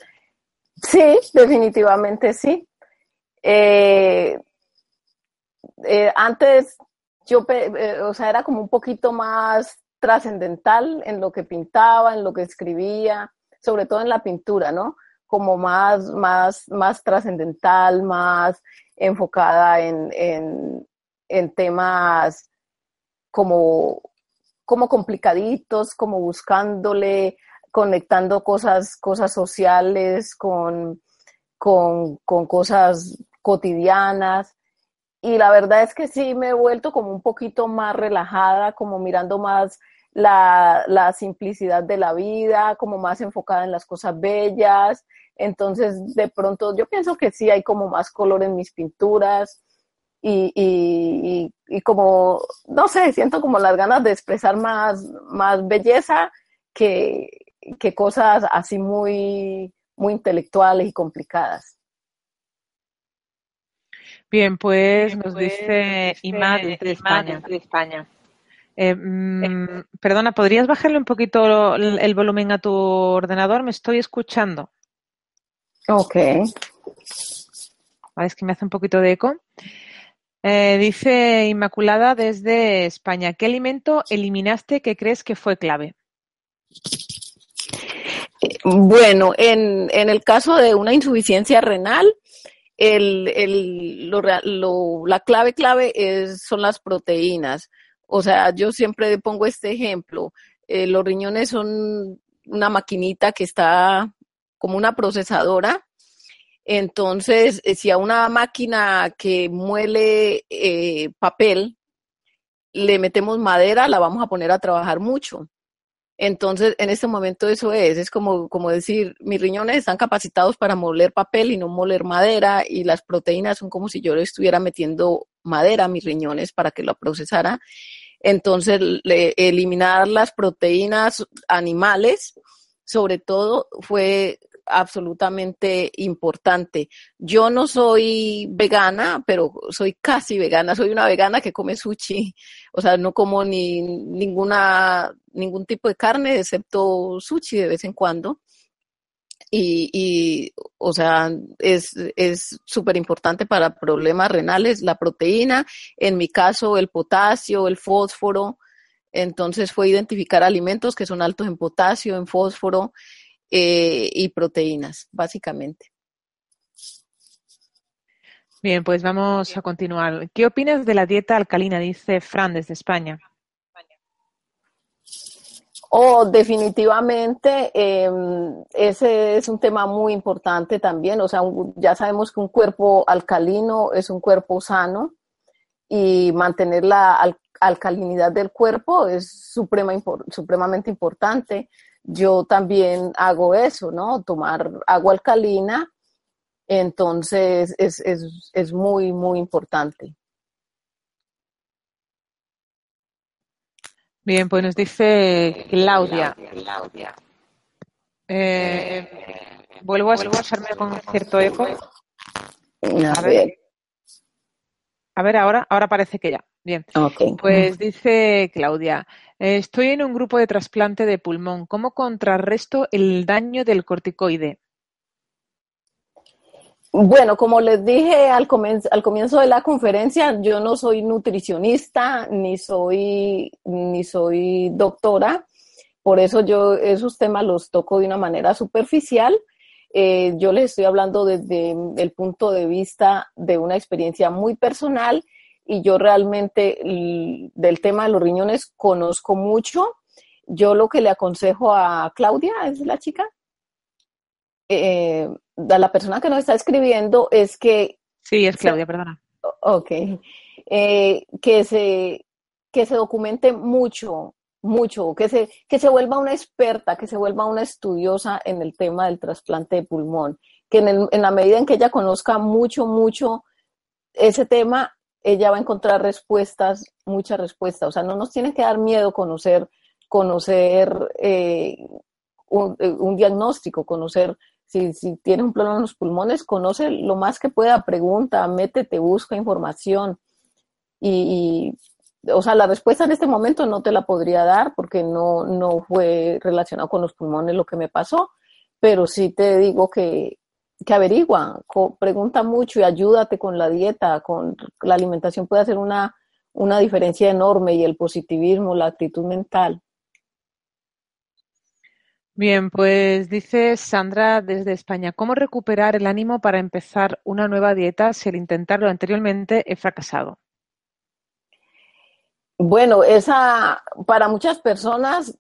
Sí, definitivamente sí. Eh, eh, antes yo, eh, o sea, era como un poquito más trascendental en lo que pintaba, en lo que escribía, sobre todo en la pintura, ¿no? Como más, más, más trascendental, más enfocada en, en, en temas como, como complicaditos, como buscándole, conectando cosas, cosas sociales con, con, con cosas cotidianas. Y la verdad es que sí me he vuelto como un poquito más relajada, como mirando más la, la simplicidad de la vida, como más enfocada en las cosas bellas. Entonces, de pronto, yo pienso que sí hay como más color en mis pinturas y, y, y, y como, no sé, siento como las ganas de expresar más, más belleza que, que cosas así muy, muy intelectuales y complicadas. Bien, pues Bien, nos pues nos dice Imad dice desde Imad España. desde España. Eh, mm, perdona, ¿podrías bajarle un poquito el, el volumen a tu ordenador? Me estoy escuchando. Ok. Vale, es que me hace un poquito de eco. Eh, dice Inmaculada desde España. ¿Qué alimento eliminaste que crees que fue clave? Bueno, en, en el caso de una insuficiencia renal, el, el, lo, lo, la clave clave es, son las proteínas. O sea, yo siempre pongo este ejemplo. Eh, los riñones son una maquinita que está como una procesadora. Entonces, eh, si a una máquina que muele eh, papel le metemos madera, la vamos a poner a trabajar mucho. Entonces, en este momento eso es, es como, como decir, mis riñones están capacitados para moler papel y no moler madera, y las proteínas son como si yo le estuviera metiendo madera a mis riñones para que lo procesara. Entonces, le, eliminar las proteínas animales, sobre todo, fue absolutamente importante. Yo no soy vegana, pero soy casi vegana. Soy una vegana que come sushi. O sea, no como ni ninguna, ningún tipo de carne, excepto sushi de vez en cuando. Y, y o sea, es es súper importante para problemas renales la proteína, en mi caso el potasio, el fósforo. Entonces fue identificar alimentos que son altos en potasio, en fósforo eh, y proteínas, básicamente. Bien, pues vamos a continuar. ¿Qué opinas de la dieta alcalina? Dice Fran desde España. Oh, definitivamente, eh, ese es un tema muy importante también. O sea, un, ya sabemos que un cuerpo alcalino es un cuerpo sano, y mantener la al, alcalinidad del cuerpo es suprema, impor, supremamente importante. Yo también hago eso, ¿no? Tomar agua alcalina, entonces es, es, es muy, muy importante. Bien, pues nos dice Claudia. Claudia. Eh, vuelvo a escucharme con cierto eco. A A ver, ver. a ver ahora, ahora parece que ya. Bien, Okay. pues dice Claudia, eh, estoy en un grupo de trasplante de pulmón. ¿Cómo contrarresto el daño del corticoide? Bueno, como les dije al comienzo, al comienzo de la conferencia, yo no soy nutricionista ni soy, ni soy doctora, por eso yo esos temas los toco de una manera superficial. Eh, yo les estoy hablando desde el punto de vista de una experiencia muy personal, y yo realmente l- del tema de los riñones conozco mucho. Yo lo que le aconsejo a Claudia, ¿es la chica? Eh, a la persona que nos está escribiendo es que Sí, es se, Claudia, perdona. ok, eh, que se, que se documente mucho, mucho, que se, que se vuelva una experta, que se vuelva una estudiosa en el tema del trasplante de pulmón, que en, el, en la medida en que ella conozca mucho, mucho ese tema, ella va a encontrar respuestas, muchas respuestas. O sea, no nos tiene que dar miedo conocer, conocer eh, un, un, diagnóstico, conocer si, si tienes un problema en los pulmones, conoce lo más que pueda, pregunta, métete, busca información. Y, y, o sea, la respuesta en este momento no te la podría dar porque no, no fue relacionado con los pulmones lo que me pasó, pero sí te digo que, que averigua, co- pregunta mucho y ayúdate con la dieta, con la alimentación puede hacer una, una diferencia enorme y el positivismo, la actitud mental. Bien, pues dice Sandra desde España, ¿cómo recuperar el ánimo para empezar una nueva dieta si al intentarlo anteriormente he fracasado? Bueno, esa para muchas personas,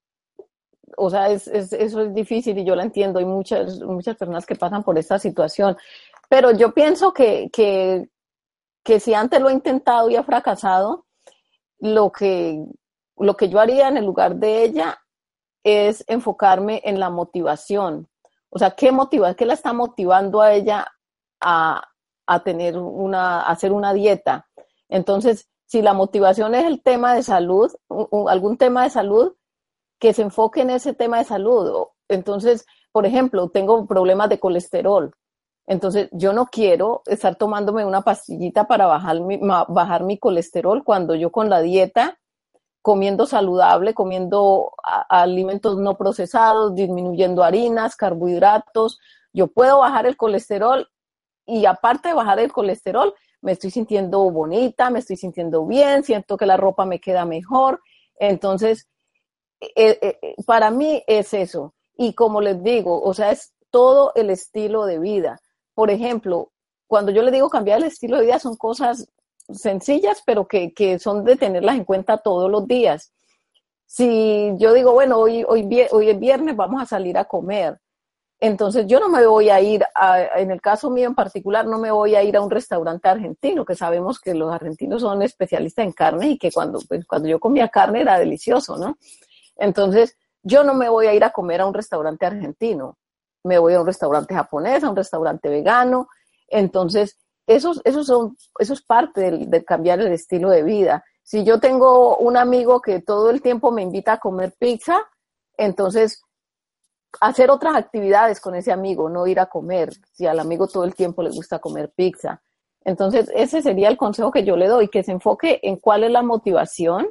o sea, es, es, eso es difícil y yo la entiendo. Hay muchas, muchas personas que pasan por esta situación, pero yo pienso que, que, que si antes lo he intentado y ha fracasado, lo que, lo que yo haría en el lugar de ella es enfocarme en la motivación. O sea, ¿qué motiva? ¿Qué la está motivando a ella a, a tener una, a hacer una dieta? Entonces, si la motivación es el tema de salud, un, un, algún tema de salud, que se enfoque en ese tema de salud. Entonces, por ejemplo, tengo problemas de colesterol. Entonces, yo no quiero estar tomándome una pastillita para bajar mi, bajar mi colesterol cuando yo con la dieta, comiendo saludable, comiendo a, alimentos no procesados, disminuyendo harinas, carbohidratos, yo puedo bajar el colesterol y aparte de bajar el colesterol, me estoy sintiendo bonita, me estoy sintiendo bien, siento que la ropa me queda mejor. Entonces, eh, eh, para mí es eso. Y como les digo, o sea, es todo el estilo de vida. Por ejemplo, cuando yo les digo cambiar el estilo de vida, son cosas sencillas, pero que, que son de tenerlas en cuenta todos los días. Si yo digo, bueno, hoy, hoy, hoy es viernes, vamos a salir a comer. Entonces yo no me voy a ir, a, en el caso mío en particular, no me voy a ir a un restaurante argentino, que sabemos que los argentinos son especialistas en carne y que cuando, pues, cuando yo comía carne era delicioso, ¿no? Entonces, yo no me voy a ir a comer a un restaurante argentino, me voy a un restaurante japonés, a un restaurante vegano. Entonces, eso, eso, son, eso es parte del, de cambiar el estilo de vida. Si yo tengo un amigo que todo el tiempo me invita a comer pizza, entonces hacer otras actividades con ese amigo, no ir a comer, si al amigo todo el tiempo le gusta comer pizza. Entonces, ese sería el consejo que yo le doy, que se enfoque en cuál es la motivación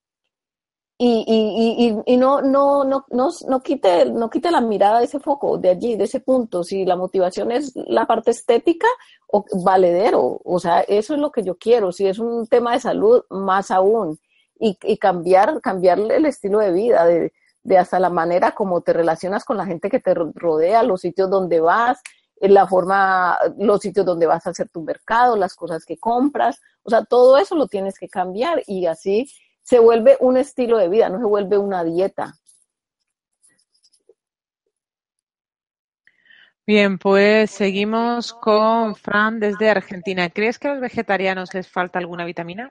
y, y, y, y no, no, no, no, no, quite, no quite la mirada de ese foco, de allí, de ese punto. Si la motivación es la parte estética, o valedero, o sea, eso es lo que yo quiero. Si es un tema de salud, más aún. Y, y cambiar, cambiar el estilo de vida, de, de hasta la manera como te relacionas con la gente que te rodea, los sitios donde vas, la forma, los sitios donde vas a hacer tu mercado, las cosas que compras, o sea, todo eso lo tienes que cambiar y así se vuelve un estilo de vida, no se vuelve una dieta. Bien, pues seguimos con Fran desde Argentina. ¿Crees que a los vegetarianos les falta alguna vitamina?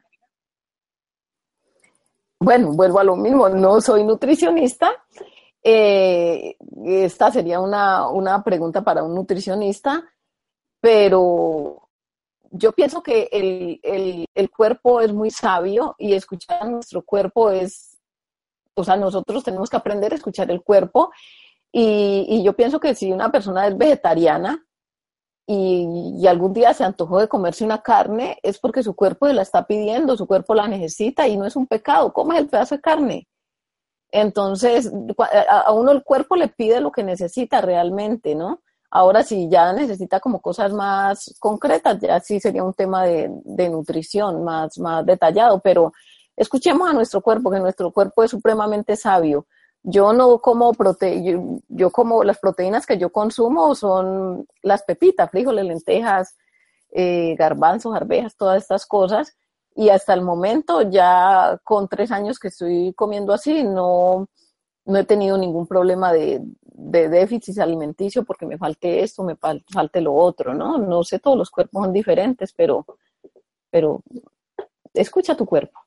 Bueno, vuelvo a lo mismo, no soy nutricionista. Eh, esta sería una, una pregunta para un nutricionista, pero yo pienso que el, el, el cuerpo es muy sabio y escuchar a nuestro cuerpo es, o sea, nosotros tenemos que aprender a escuchar el cuerpo y, y yo pienso que si una persona es vegetariana y, y algún día se antojó de comerse una carne, es porque su cuerpo la está pidiendo, su cuerpo la necesita y no es un pecado, comes el pedazo de carne. Entonces, a, a uno el cuerpo le pide lo que necesita realmente, ¿no? Ahora, si ya necesita como cosas más concretas, ya sí sería un tema de, de nutrición más, más detallado, pero escuchemos a nuestro cuerpo, que nuestro cuerpo es supremamente sabio. Yo no como prote yo, yo como las proteínas que yo consumo son las pepitas, frijoles, lentejas, eh, garbanzos, arvejas, todas estas cosas. Y hasta el momento, ya con tres años que estoy comiendo así, no, no he tenido ningún problema de, de déficit alimenticio porque me falte esto, me falte lo otro, ¿no? No sé, todos los cuerpos son diferentes, pero, pero escucha tu cuerpo.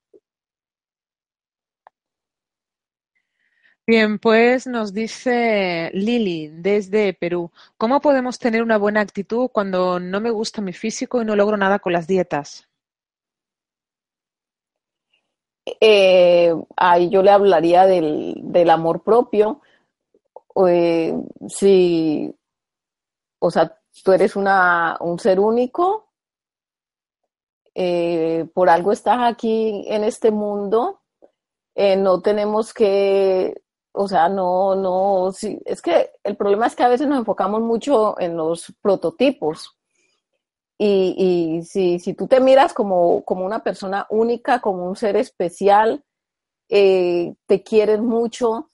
Bien, pues nos dice Lili desde Perú, ¿cómo podemos tener una buena actitud cuando no me gusta mi físico y no logro nada con las dietas? Eh, ahí yo le hablaría del, del amor propio. Eh, si, o sea, tú eres una, un ser único, eh, por algo estás aquí en este mundo, eh, no tenemos que, O sea, no, no, sí, es que el problema es que a veces nos enfocamos mucho en los prototipos. Y, y si, si tú te miras como, como una persona única, como un ser especial, eh, te quieres mucho,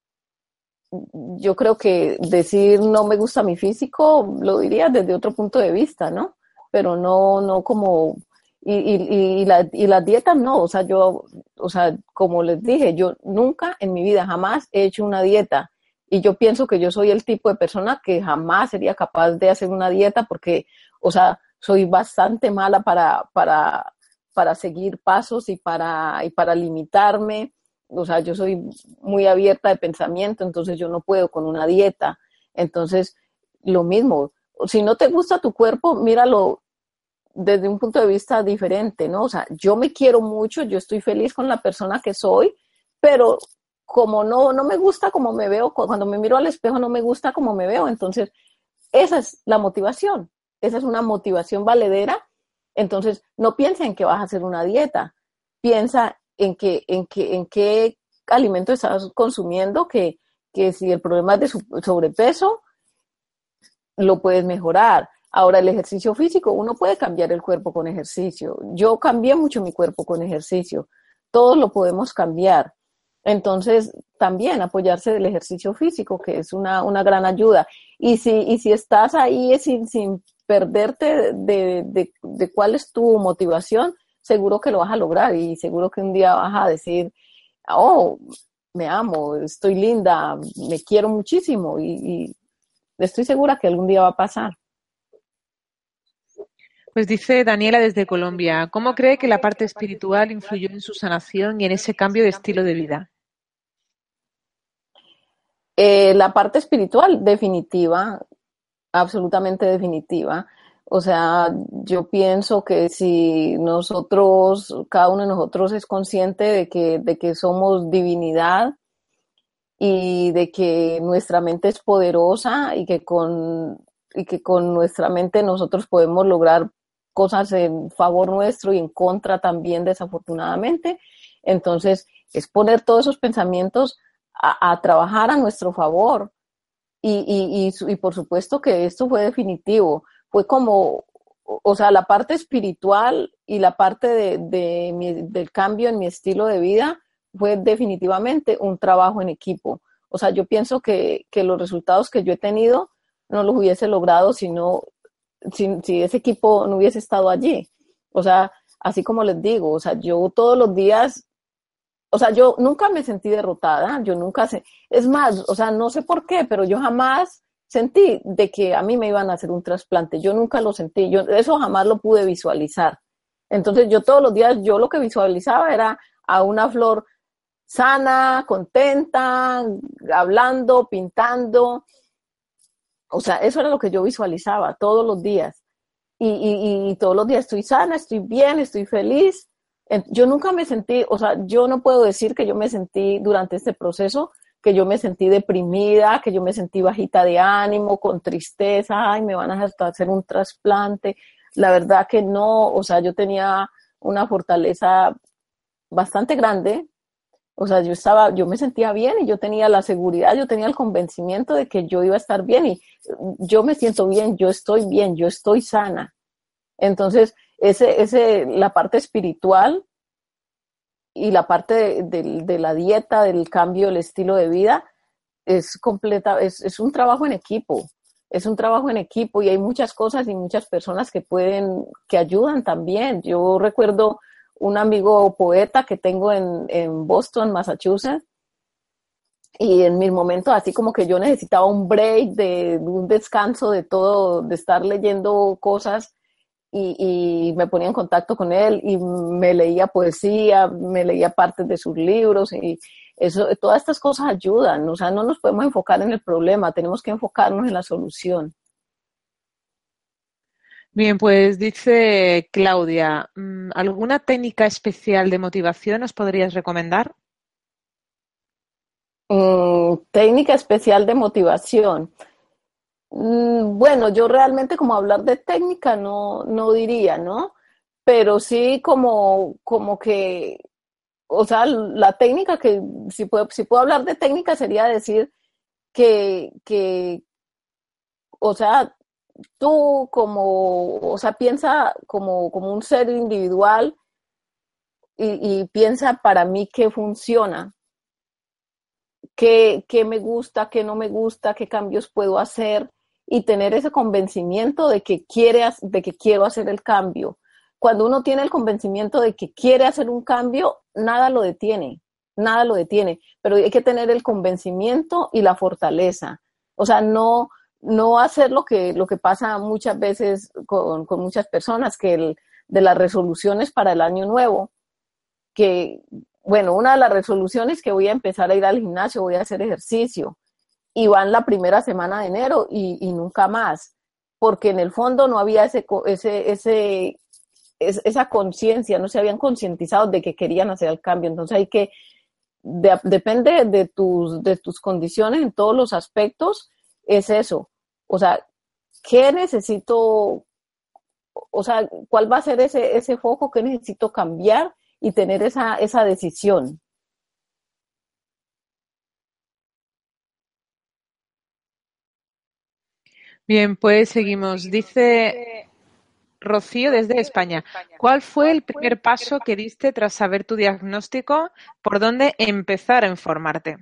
yo creo que decir no me gusta mi físico lo diría desde otro punto de vista, ¿no? Pero no, no como, y, y, y, la, y las dietas no, o sea, yo, o sea, como les dije, yo nunca en mi vida jamás he hecho una dieta y yo pienso que yo soy el tipo de persona que jamás sería capaz de hacer una dieta porque, o sea, soy bastante mala para, para, para seguir pasos y para, y para limitarme. O sea, yo soy muy abierta de pensamiento, entonces yo no puedo con una dieta. Entonces, lo mismo, si no te gusta tu cuerpo, míralo desde un punto de vista diferente, ¿no? O sea, yo me quiero mucho, yo estoy feliz con la persona que soy, pero como no, no me gusta como me veo, cuando me miro al espejo no me gusta como me veo, entonces esa es la motivación, esa es una motivación valedera, entonces no piensa en que vas a hacer una dieta, piensa en que, en que, en qué alimento estás consumiendo, que, que si el problema es de sobrepeso, lo puedes mejorar. Ahora, el ejercicio físico, uno puede cambiar el cuerpo con ejercicio. Yo cambié mucho mi cuerpo con ejercicio. Todos lo podemos cambiar. Entonces, también apoyarse del ejercicio físico, que es una, una gran ayuda. Y si, y si estás ahí sin, sin perderte de, de, de cuál es tu motivación, seguro que lo vas a lograr y seguro que un día vas a decir, oh, me amo, estoy linda, me quiero muchísimo y, y estoy segura que algún día va a pasar. Pues dice Daniela desde Colombia, ¿cómo cree que la parte espiritual influyó en su sanación y en ese cambio de estilo de vida? Eh, la parte espiritual, definitiva, absolutamente definitiva. O sea, yo pienso que si nosotros, cada uno de nosotros es consciente de que, de que somos divinidad y de que nuestra mente es poderosa y que con, y que con nuestra mente nosotros podemos lograr cosas en favor nuestro y en contra también, desafortunadamente. Entonces, es poner todos esos pensamientos a, a trabajar a nuestro favor. Y, y, y, y por supuesto que esto fue definitivo. Fue como, o sea, la parte espiritual y la parte de, de mi, del cambio en mi estilo de vida fue definitivamente un trabajo en equipo. O sea, yo pienso que, que los resultados que yo he tenido no los hubiese logrado si, no, si, si ese equipo no hubiese estado allí. O sea, así como les digo, o sea, yo todos los días, o sea, yo nunca me sentí derrotada, yo nunca sé, es más, o sea, no sé por qué, pero yo jamás sentí de que a mí me iban a hacer un trasplante, yo nunca lo sentí, yo eso jamás lo pude visualizar. Entonces yo todos los días, yo lo que visualizaba era a una flor sana, contenta, hablando, pintando, o sea, eso era lo que yo visualizaba todos los días. Y, y, y todos los días estoy sana, estoy bien, estoy feliz. Yo nunca me sentí, o sea, yo no puedo decir que yo me sentí durante este proceso, que yo me sentí deprimida, que yo me sentí bajita de ánimo, con tristeza, ay, me van a hacer un trasplante. La verdad que no, o sea, yo tenía una fortaleza bastante grande, o sea, yo estaba, yo me sentía bien y yo tenía la seguridad, yo tenía el convencimiento de que yo iba a estar bien y yo me siento bien, yo estoy bien, yo estoy sana. Entonces, ese, ese, la parte espiritual y la parte de, de, de la dieta, del cambio del estilo de vida, es completa, es, es un trabajo en equipo, es un trabajo en equipo y hay muchas cosas y muchas personas que pueden, que ayudan también. Yo recuerdo un amigo poeta que tengo en, en Boston, Massachusetts, y en mis momentos así como que yo necesitaba un break, de, de un descanso de todo, de estar leyendo cosas y, y me ponía en contacto con él y me leía poesía, me leía partes de sus libros y eso, todas estas cosas ayudan, o sea, no nos podemos enfocar en el problema, tenemos que enfocarnos en la solución. Bien, pues dice Claudia, ¿alguna técnica especial de motivación nos podrías recomendar? Mm, técnica especial de motivación. Mm, bueno, yo realmente como hablar de técnica no, no diría, ¿no? Pero sí como, como que o sea, la técnica que, si puedo, si puedo hablar de técnica, sería decir que, que, o sea, tú como, o sea, piensa como, como un ser individual y, y piensa para mí qué funciona, qué, qué me gusta, qué no me gusta, qué cambios puedo hacer y tener ese convencimiento de que, quiere, de que quiero hacer el cambio. Cuando uno tiene el convencimiento de que quiere hacer un cambio, nada lo detiene, nada lo detiene, pero hay que tener el convencimiento y la fortaleza. O sea, no, no hacer lo que, lo que pasa muchas veces con, con muchas personas, que el, de las resoluciones para el año nuevo, que, bueno, una de las resoluciones es que voy a empezar a ir al gimnasio, voy a hacer ejercicio, y van la primera semana de enero y, y nunca más, porque en el fondo no había ese, ese, ese, esa conciencia, no se habían concientizado de que querían hacer el cambio. Entonces hay que, de, depende de tus, de tus condiciones en todos los aspectos, es eso. O sea, ¿qué necesito? O sea, ¿cuál va a ser ese, ese foco que necesito cambiar y tener esa, esa decisión? Bien, pues seguimos. Dice Rocío desde España, ¿cuál fue el primer paso que diste tras saber tu diagnóstico? ¿Por dónde empezar a informarte?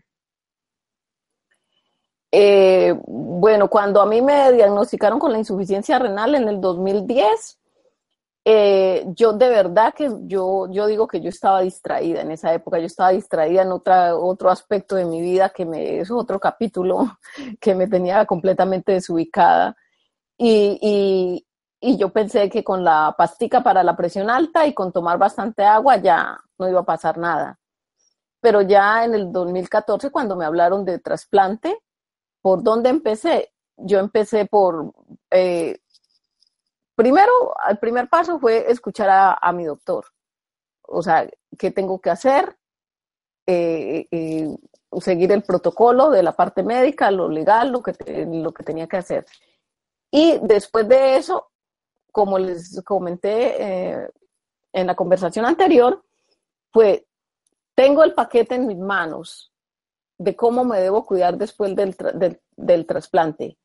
Eh, bueno, cuando a mí me diagnosticaron con la insuficiencia renal en el dos mil diez, eh, yo de verdad que yo, yo digo que yo estaba distraída en esa época, yo estaba distraída en otra, otro aspecto de mi vida que me, es otro capítulo que me tenía completamente desubicada. Y, y, y yo pensé que con la pastica para la presión alta y con tomar bastante agua ya no iba a pasar nada. Pero ya en el dos mil catorce, cuando me hablaron de trasplante, ¿por dónde empecé? Yo empecé por, eh, primero, el primer paso fue escuchar a, a mi doctor. O sea, ¿qué tengo que hacer? Eh, eh, seguir el protocolo de la parte médica, lo legal, lo que, te, lo que tenía que hacer. Y después de eso, como les comenté eh, en la conversación anterior, pues tengo el paquete en mis manos de cómo me debo cuidar después del, tra del, del trasplante.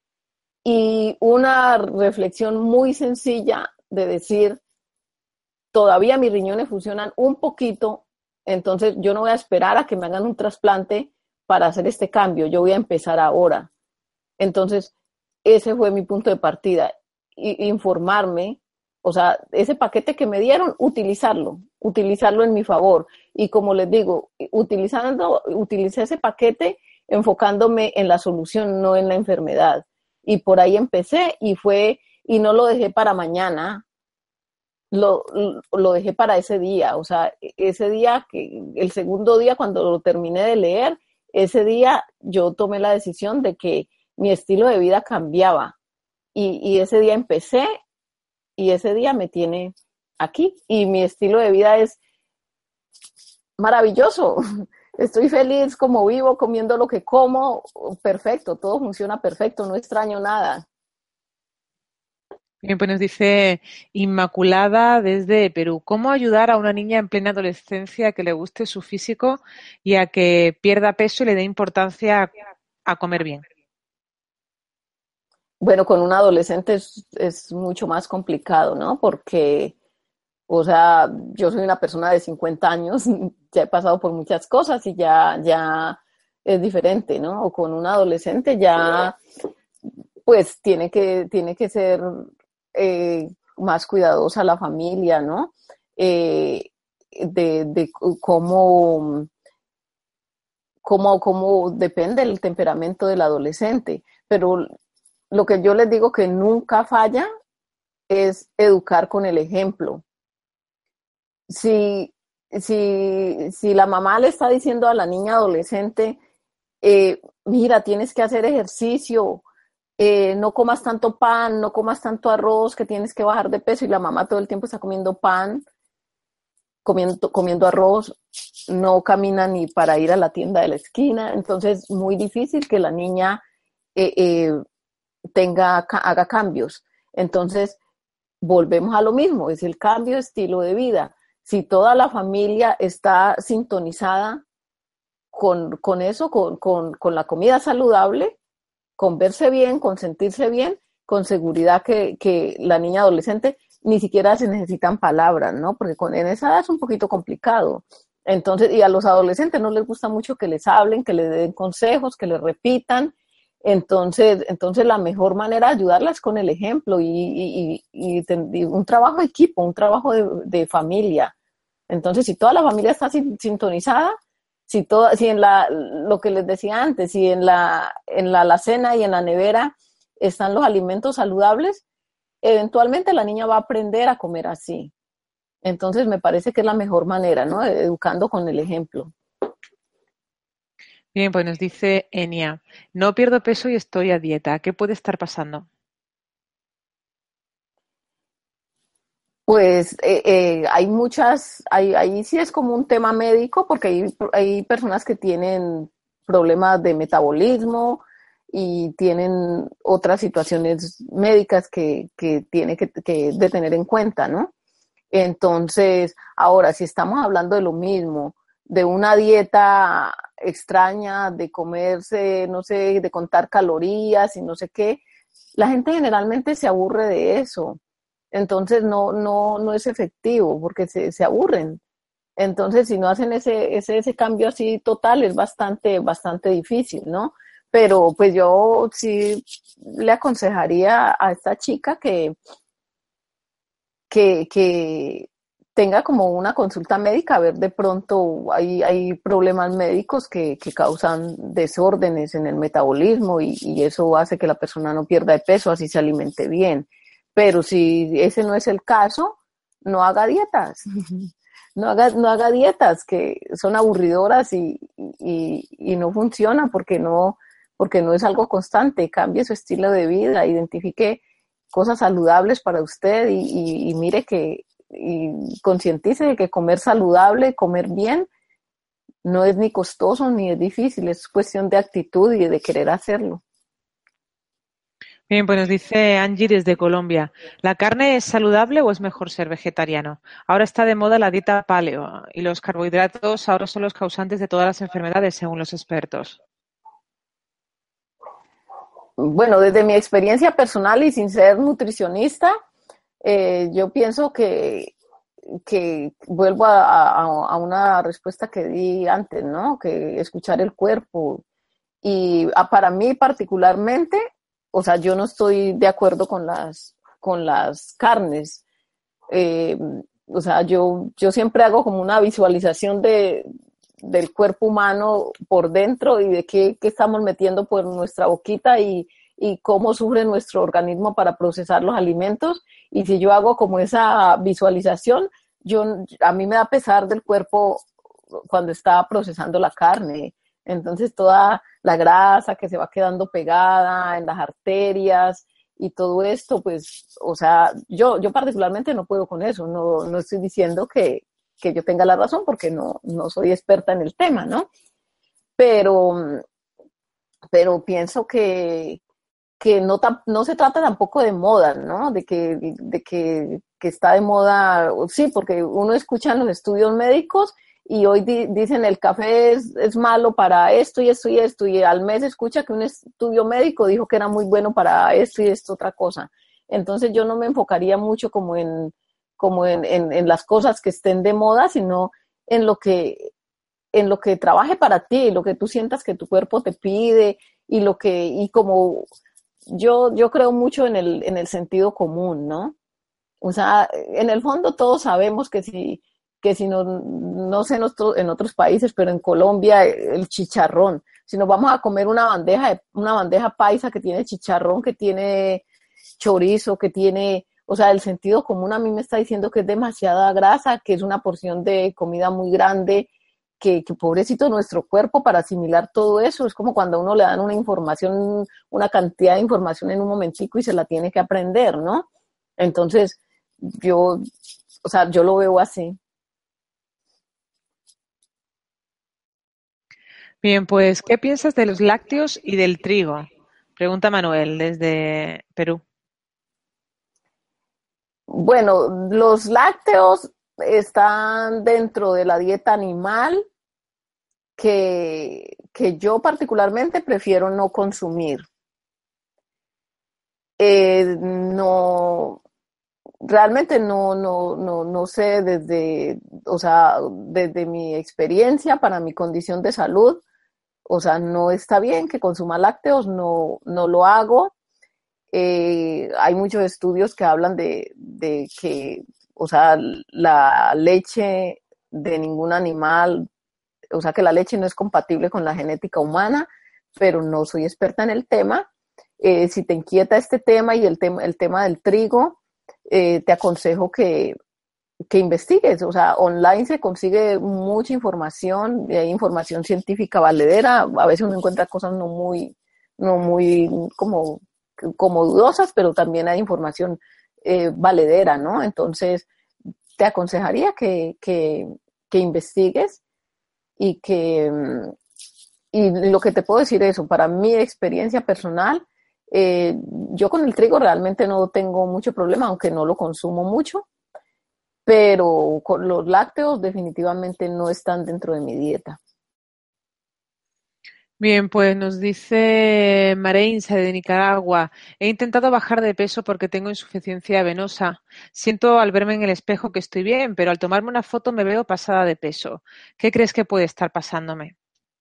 Y una reflexión muy sencilla de decir, todavía mis riñones funcionan un poquito, entonces yo no voy a esperar a que me hagan un trasplante para hacer este cambio, yo voy a empezar ahora. Entonces, ese fue mi punto de partida, I informarme, o sea, ese paquete que me dieron, utilizarlo, utilizarlo en mi favor. Y como les digo, utilizando, utilicé ese paquete enfocándome en la solución, no en la enfermedad. Y por ahí empecé y fue, y no lo dejé para mañana, lo, lo dejé para ese día, o sea, ese día, que el segundo día cuando lo terminé de leer, ese día yo tomé la decisión de que mi estilo de vida cambiaba y, y ese día empecé y ese día me tiene aquí y mi estilo de vida es maravilloso. Estoy feliz como vivo, comiendo lo que como, perfecto, todo funciona perfecto, no extraño nada. Bien, pues nos dice Inmaculada desde Perú, ¿cómo ayudar a una niña en plena adolescencia a que le guste su físico y a que pierda peso y le dé importancia a, a comer bien? Bueno, con un adolescente es, es mucho más complicado, ¿no? Porque, o sea, yo soy una persona de cincuenta años, ya he pasado por muchas cosas y ya, ya es diferente, ¿no? O con un adolescente ya, pues tiene que, tiene que ser eh, más cuidadosa la familia, ¿no? Eh, de, de cómo, cómo, cómo depende el temperamento del adolescente. Pero lo que yo les digo que nunca falla es educar con el ejemplo. Si, si, si la mamá le está diciendo a la niña adolescente, eh, mira, tienes que hacer ejercicio, eh, no comas tanto pan, no comas tanto arroz, que tienes que bajar de peso, y la mamá todo el tiempo está comiendo pan, comiendo, comiendo arroz, no camina ni para ir a la tienda de la esquina, entonces muy difícil que la niña eh, eh, tenga, haga cambios. Entonces, volvemos a lo mismo, es el cambio de estilo de vida. si toda la familia está sintonizada con, con eso, con, con, con la comida saludable, con verse bien, con sentirse bien, con seguridad que, que la niña adolescente ni siquiera se necesitan palabras, ¿no? Porque con, en esa edad es un poquito complicado. Entonces, y a los adolescentes no les gusta mucho que les hablen, que les den consejos, que les repitan. Entonces, entonces la mejor manera de ayudarlas es con el ejemplo y, y, y, y un trabajo de equipo, un trabajo de, de familia. Entonces, si toda la familia está sintonizada, si, todo, si en la, lo que les decía antes, si en la, en la alacena y en la nevera están los alimentos saludables, eventualmente la niña va a aprender a comer así. Entonces, me parece que es la mejor manera, ¿no? Educando con el ejemplo. Bien, pues nos dice Enia, no pierdo peso y estoy a dieta. ¿Qué puede estar pasando? Pues eh, eh, hay muchas, hay, ahí sí es como un tema médico, porque hay, hay personas que tienen problemas de metabolismo y tienen otras situaciones médicas que, que tiene que, que de tener en cuenta, ¿no? Entonces, ahora, si estamos hablando de lo mismo, de una dieta extraña, de comerse, no sé, de contar calorías y no sé qué, la gente generalmente se aburre de eso. Entonces no, no, no es efectivo porque se, se aburren. Entonces, si no hacen ese, ese, ese cambio así total, es bastante, bastante difícil, ¿no? Pero pues yo sí le aconsejaría a esta chica que, que, que tenga como una consulta médica, a ver de pronto hay, hay problemas médicos que, que causan desórdenes en el metabolismo y, y eso hace que la persona no pierda de peso, así se alimente bien. Pero si ese no es el caso, no haga dietas. No haga, no haga dietas que son aburridoras y, y, y no funcionan porque no, porque no es algo constante. Cambie su estilo de vida, identifique cosas saludables para usted y, y, y mire que y concientice de que comer saludable, comer bien, no es ni costoso ni es difícil, es cuestión de actitud y de querer hacerlo. Bien, pues nos dice Angie desde Colombia, ¿la carne es saludable o es mejor ser vegetariano? Ahora está de moda la dieta paleo y los carbohidratos ahora son los causantes de todas las enfermedades, según los expertos. Bueno, desde mi experiencia personal y sin ser nutricionista, eh, yo pienso que, que vuelvo a, a, a una respuesta que di antes, ¿no? Que escuchar el cuerpo. Y a, para mí particularmente, o sea, yo no estoy de acuerdo con las, con las carnes. Eh, o sea, yo, yo siempre hago como una visualización de, del cuerpo humano por dentro y de qué, qué estamos metiendo por nuestra boquita y, y cómo sufre nuestro organismo para procesar los alimentos. Y si yo hago como esa visualización, yo, a mí me da pesar del cuerpo cuando está procesando la carne. Entonces toda la grasa que se va quedando pegada en las arterias y todo esto, pues, o sea, yo, yo particularmente no puedo con eso. No, no estoy diciendo que, que yo tenga la razón porque no, no soy experta en el tema, ¿no? Pero, pero pienso que, que no, no se trata tampoco de moda, ¿no? De que, de que, que está de moda, sí, porque uno escucha en los estudios médicos y hoy di, dicen el café es, es malo para esto y esto y esto, y al mes escucha que un estudio médico dijo que era muy bueno para esto y esto otra cosa. Entonces yo no me enfocaría mucho como en, como en, en, en las cosas que estén de moda, sino en lo que, en lo que trabaje para ti, lo que tú sientas que tu cuerpo te pide y lo que, y como yo, yo creo mucho en el, en el sentido común, ¿no? O sea, en el fondo todos sabemos que si, que si no, no sé en, otro, en otros países, pero en Colombia el chicharrón, si nos vamos a comer una bandeja, una bandeja paisa que tiene chicharrón, que tiene chorizo, que tiene, o sea, el sentido común a mí me está diciendo que es demasiada grasa, que es una porción de comida muy grande, que, que pobrecito nuestro cuerpo para asimilar todo eso, es como cuando a uno le dan una información, una cantidad de información en un momentico y se la tiene que aprender, ¿no? Entonces, yo, o sea, yo lo veo así. Bien, pues, ¿qué piensas de los lácteos y del trigo? Pregunta Manuel desde Perú. Bueno, los lácteos están dentro de la dieta animal que, que yo particularmente prefiero no consumir. Eh, no, realmente no, no, no, no sé desde, o sea, desde mi experiencia para mi condición de salud, o sea, no está bien que consuma lácteos, no, no lo hago. Eh, hay muchos estudios que hablan de, de que, o sea, la leche de ningún animal, o sea, que la leche no es compatible con la genética humana, pero no soy experta en el tema. Eh, si te inquieta este tema y el tema, el tema del trigo, eh, te aconsejo que, que investigues. O sea, online se consigue mucha información, y hay información científica valedera. A veces uno encuentra cosas no muy, no muy como, como dudosas, pero también hay información eh, valedera, ¿no? Entonces, te aconsejaría que, que, que investigues y que, y lo que te puedo decir es eso, para mi experiencia personal, eh, yo con el trigo realmente no tengo mucho problema, aunque no lo consumo mucho, pero con los lácteos definitivamente no están dentro de mi dieta. Bien, pues nos dice Mareinsa de Nicaragua. He intentado bajar de peso porque tengo insuficiencia venosa. Siento al verme en el espejo que estoy bien, pero al tomarme una foto me veo pasada de peso. ¿Qué crees que puede estar pasándome?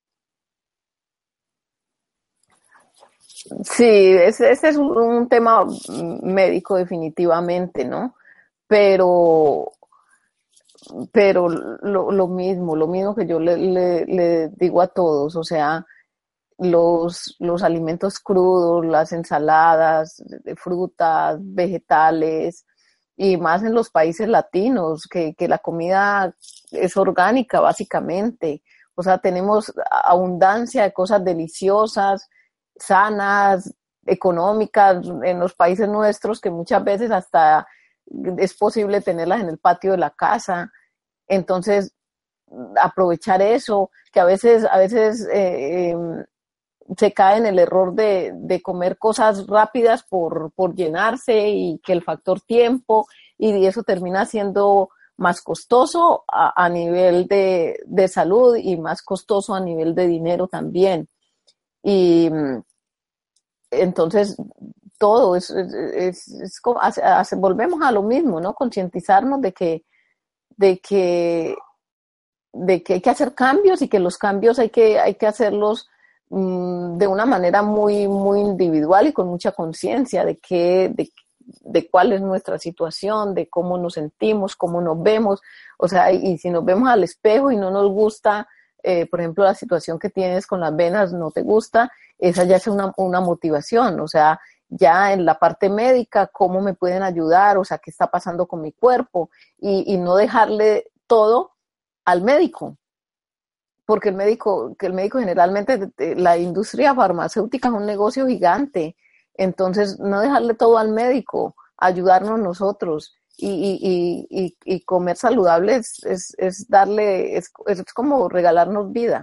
Sí, ese, ese es un, un tema médico definitivamente, ¿no? Pero, pero lo, lo mismo, lo mismo que yo le, le, le digo a todos, o sea, los, los alimentos crudos, las ensaladas, de frutas, vegetales, y más en los países latinos, que, que la comida es orgánica básicamente. O sea, tenemos abundancia de cosas deliciosas, sanas, económicas en los países nuestros, que muchas veces hasta es posible tenerlas en el patio de la casa. Entonces, aprovechar eso, que a veces, a veces eh, eh, se cae en el error de, de comer cosas rápidas por, por llenarse y que el factor tiempo y eso termina siendo más costoso a, a nivel de, de salud y más costoso a nivel de dinero también. Y entonces todo es, es, es, es como, hace, hace, volvemos a lo mismo, ¿no? Concientizarnos de que, de que de que hay que hacer cambios y que los cambios hay que, hay que hacerlos mmm, de una manera muy, muy individual y con mucha conciencia de, que, de, de cuál es nuestra situación, de cómo nos sentimos, cómo nos vemos. O sea, y si nos vemos al espejo y no nos gusta, eh, por ejemplo, la situación que tienes con las venas no te gusta, esa ya es una, una motivación. O sea, ya en la parte médica, cómo me pueden ayudar, o sea, qué está pasando con mi cuerpo y, y no dejarle todo al médico, porque el médico, que el médico generalmente, la industria farmacéutica es un negocio gigante, entonces no dejarle todo al médico, ayudarnos nosotros y, y, y, y comer saludable es, es, es darle, es, es como regalarnos vida.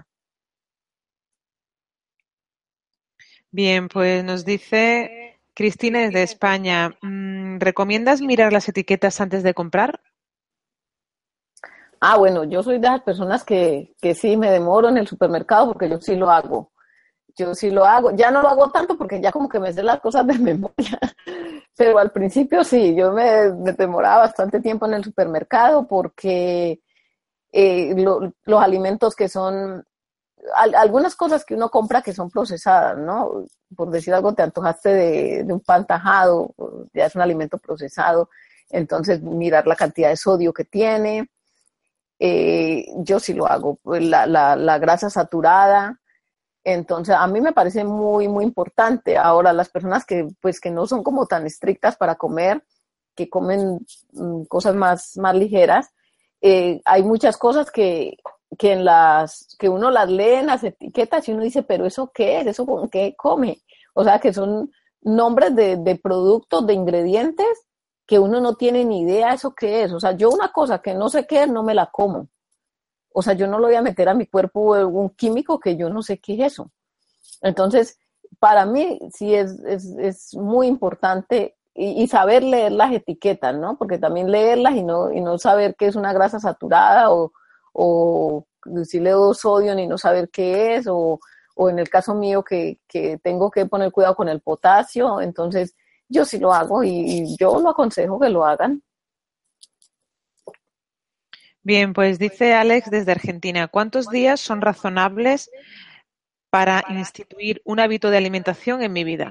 Bien, pues nos dice Cristina desde España. ¿Recomiendas mirar las etiquetas antes de comprar? Ah, bueno, yo soy de esas personas que, que sí me demoro en el supermercado porque yo sí lo hago. Yo sí lo hago. Ya no lo hago tanto porque ya como que me sé las cosas de memoria. Pero al principio sí, yo me, me demoraba bastante tiempo en el supermercado porque eh, lo, los alimentos que son, al, algunas cosas que uno compra que son procesadas, ¿no? Por decir algo, te antojaste de, de un pan tajado, ya es un alimento procesado. Entonces, mirar la cantidad de sodio que tiene. Eh, yo sí lo hago. La, la, la grasa saturada. Entonces, a mí me parece muy, muy importante. Ahora, las personas que, pues, que no son como tan estrictas para comer, que comen mm, cosas más, más ligeras, eh, hay muchas cosas que, que, en las, que uno las lee en las etiquetas y uno dice, pero ¿eso qué es? ¿Eso con qué come? O sea, que son nombres de, de productos, de ingredientes que uno no tiene ni idea eso qué es. O sea, yo una cosa que no sé qué es, no me la como. O sea, yo no lo voy a meter a mi cuerpo un químico que yo no sé qué es eso. Entonces, para mí sí es, es, es muy importante y, y saber leer las etiquetas, ¿no? Porque también leerlas y no, y no saber qué es una grasa saturada o, o si leo sodio y no saber qué es, o, o en el caso mío que, que tengo que poner cuidado con el potasio, entonces yo sí lo hago y, y yo lo aconsejo que lo hagan. Bien, pues dice Alex desde Argentina, ¿cuántos días son razonables para instituir un hábito de alimentación en mi vida?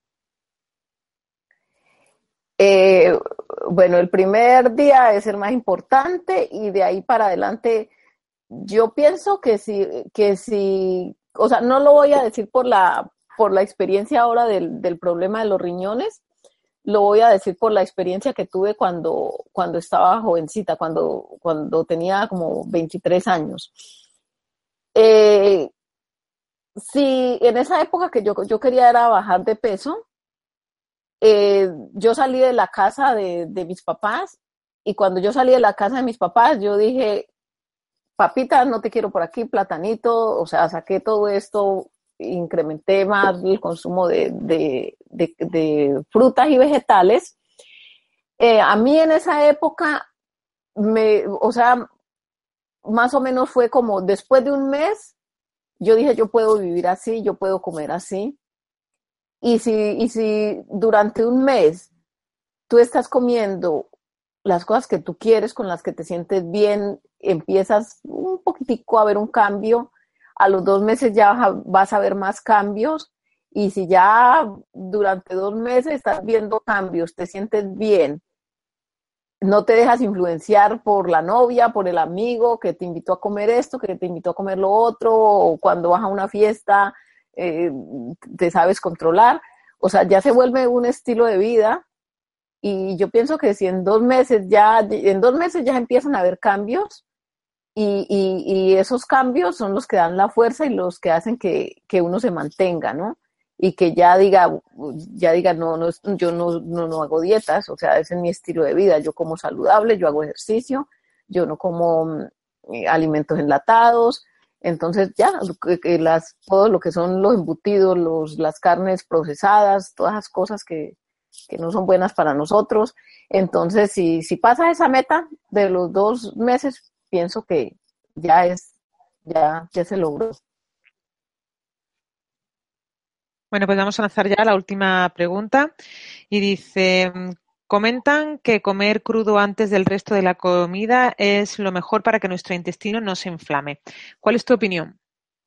Eh, bueno, el primer día es el más importante y de ahí para adelante yo pienso que si, que si, o sea, no lo voy a decir por la, por la experiencia ahora del, del problema de los riñones, lo voy a decir por la experiencia que tuve cuando, cuando estaba jovencita, cuando, cuando tenía como veintitrés años. Eh, si en esa época que yo, yo quería era bajar de peso, eh, yo salí de la casa de, de mis papás y cuando yo salí de la casa de mis papás, yo dije, papita, no te quiero por aquí, platanito, o sea, saqué todo esto, incrementé más el consumo de, de, de, de frutas y vegetales. Eh, a mí en esa época, me, o sea, más o menos fue como después de un mes, yo dije, yo puedo vivir así, yo puedo comer así. Y si, y si durante un mes tú estás comiendo las cosas que tú quieres, con las que te sientes bien, empiezas un poquitico a ver un cambio, a los dos meses ya vas a ver más cambios, y si ya durante dos meses estás viendo cambios, te sientes bien, no te dejas influenciar por la novia, por el amigo que te invitó a comer esto, que te invitó a comer lo otro, o cuando vas a una fiesta eh, te sabes controlar, o sea, ya se vuelve un estilo de vida. Y yo pienso que si en dos meses ya, en dos meses ya empiezan a haber cambios y, y, y esos cambios son los que dan la fuerza y los que hacen que, que uno se mantenga, ¿no? Y que ya diga, ya diga, no, no, yo no, no, no hago dietas, o sea, ese es mi estilo de vida, yo como saludable, yo hago ejercicio, yo no como eh, alimentos enlatados, entonces ya, que las, todo lo que son los embutidos, los, las carnes procesadas, todas esas cosas que, que no son buenas para nosotros. Entonces, si, si pasa esa meta de los dos meses, pienso que ya es, ya, ya se logró. Bueno, pues vamos a lanzar ya la última pregunta y dice, comentan que comer crudo antes del resto de la comida es lo mejor para que nuestro intestino no se inflame. ¿Cuál es tu opinión?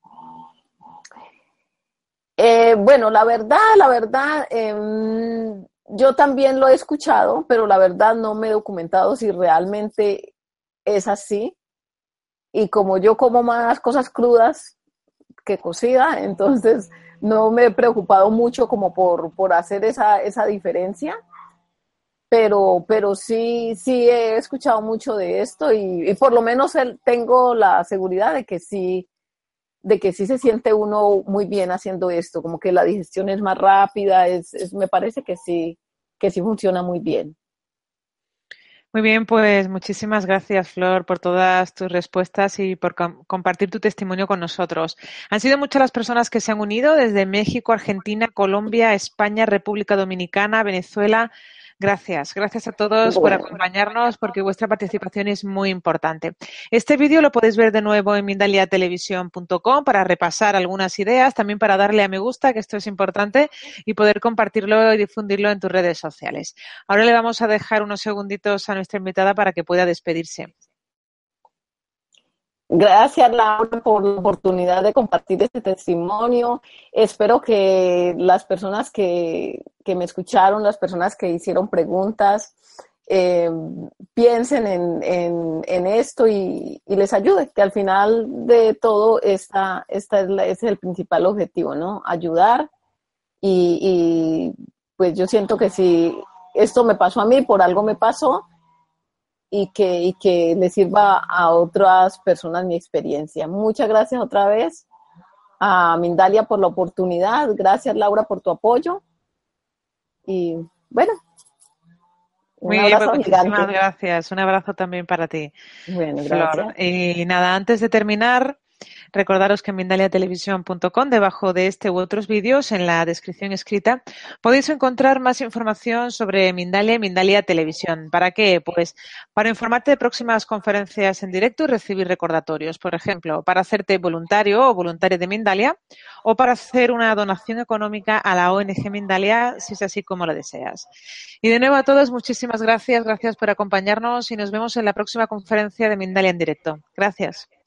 Eh, bueno, la verdad, la verdad, eh, yo también lo he escuchado, pero la verdad no me he documentado si realmente es así. Y como yo como más cosas crudas que cocida, entonces no me he preocupado mucho como por, por hacer esa, esa diferencia. Pero, pero sí, sí he escuchado mucho de esto y, y por lo menos el, tengo la seguridad de que sí, de que sí se siente uno muy bien haciendo esto, como que la digestión es más rápida, es, es, me parece que sí, que sí funciona muy bien. Muy bien, pues muchísimas gracias, Flor, por todas tus respuestas y por com- compartir tu testimonio con nosotros. Han sido muchas las personas que se han unido desde México, Argentina, Colombia, España, República Dominicana, Venezuela. Gracias, gracias a todos por Bueno, acompañarnos porque vuestra participación es muy importante. Este vídeo lo podéis ver de nuevo en mindalia televisión punto com para repasar algunas ideas, también para darle a me gusta, que esto es importante, y poder compartirlo y difundirlo en tus redes sociales. Ahora le vamos a dejar unos segunditos a nuestra invitada para que pueda despedirse. gracias, Laura, por la oportunidad de compartir este testimonio. Espero que las personas que, que me escucharon, las personas que hicieron preguntas, eh, piensen en, en, en esto y, y, les ayude, que al final de todo esta, esta es, la, es el principal objetivo, ¿no? Ayudar y, y pues yo siento que si esto me pasó a mí, por algo me pasó, y que, y que le sirva a otras personas mi experiencia. Muchas gracias otra vez a Mindalia por la oportunidad. Gracias, Laura, por tu apoyo. Y bueno, un Muy bien, pues abrazo muchísimas gigante. gracias. Un abrazo también para ti, Bueno, Flor. gracias. Y nada, antes de terminar, Recordaros que en Mindalia Televisión punto com, debajo de este u otros vídeos, en la descripción escrita, podéis encontrar más información sobre Mindalia y Mindalia Televisión. ¿Para qué? Pues para informarte de próximas conferencias en directo y recibir recordatorios. Por ejemplo, para hacerte voluntario o voluntaria de Mindalia o para hacer una donación económica a la O N G Mindalia, si es así como lo deseas. Y de nuevo a todos, muchísimas gracias. Gracias por acompañarnos y nos vemos en la próxima conferencia de Mindalia en directo. Gracias.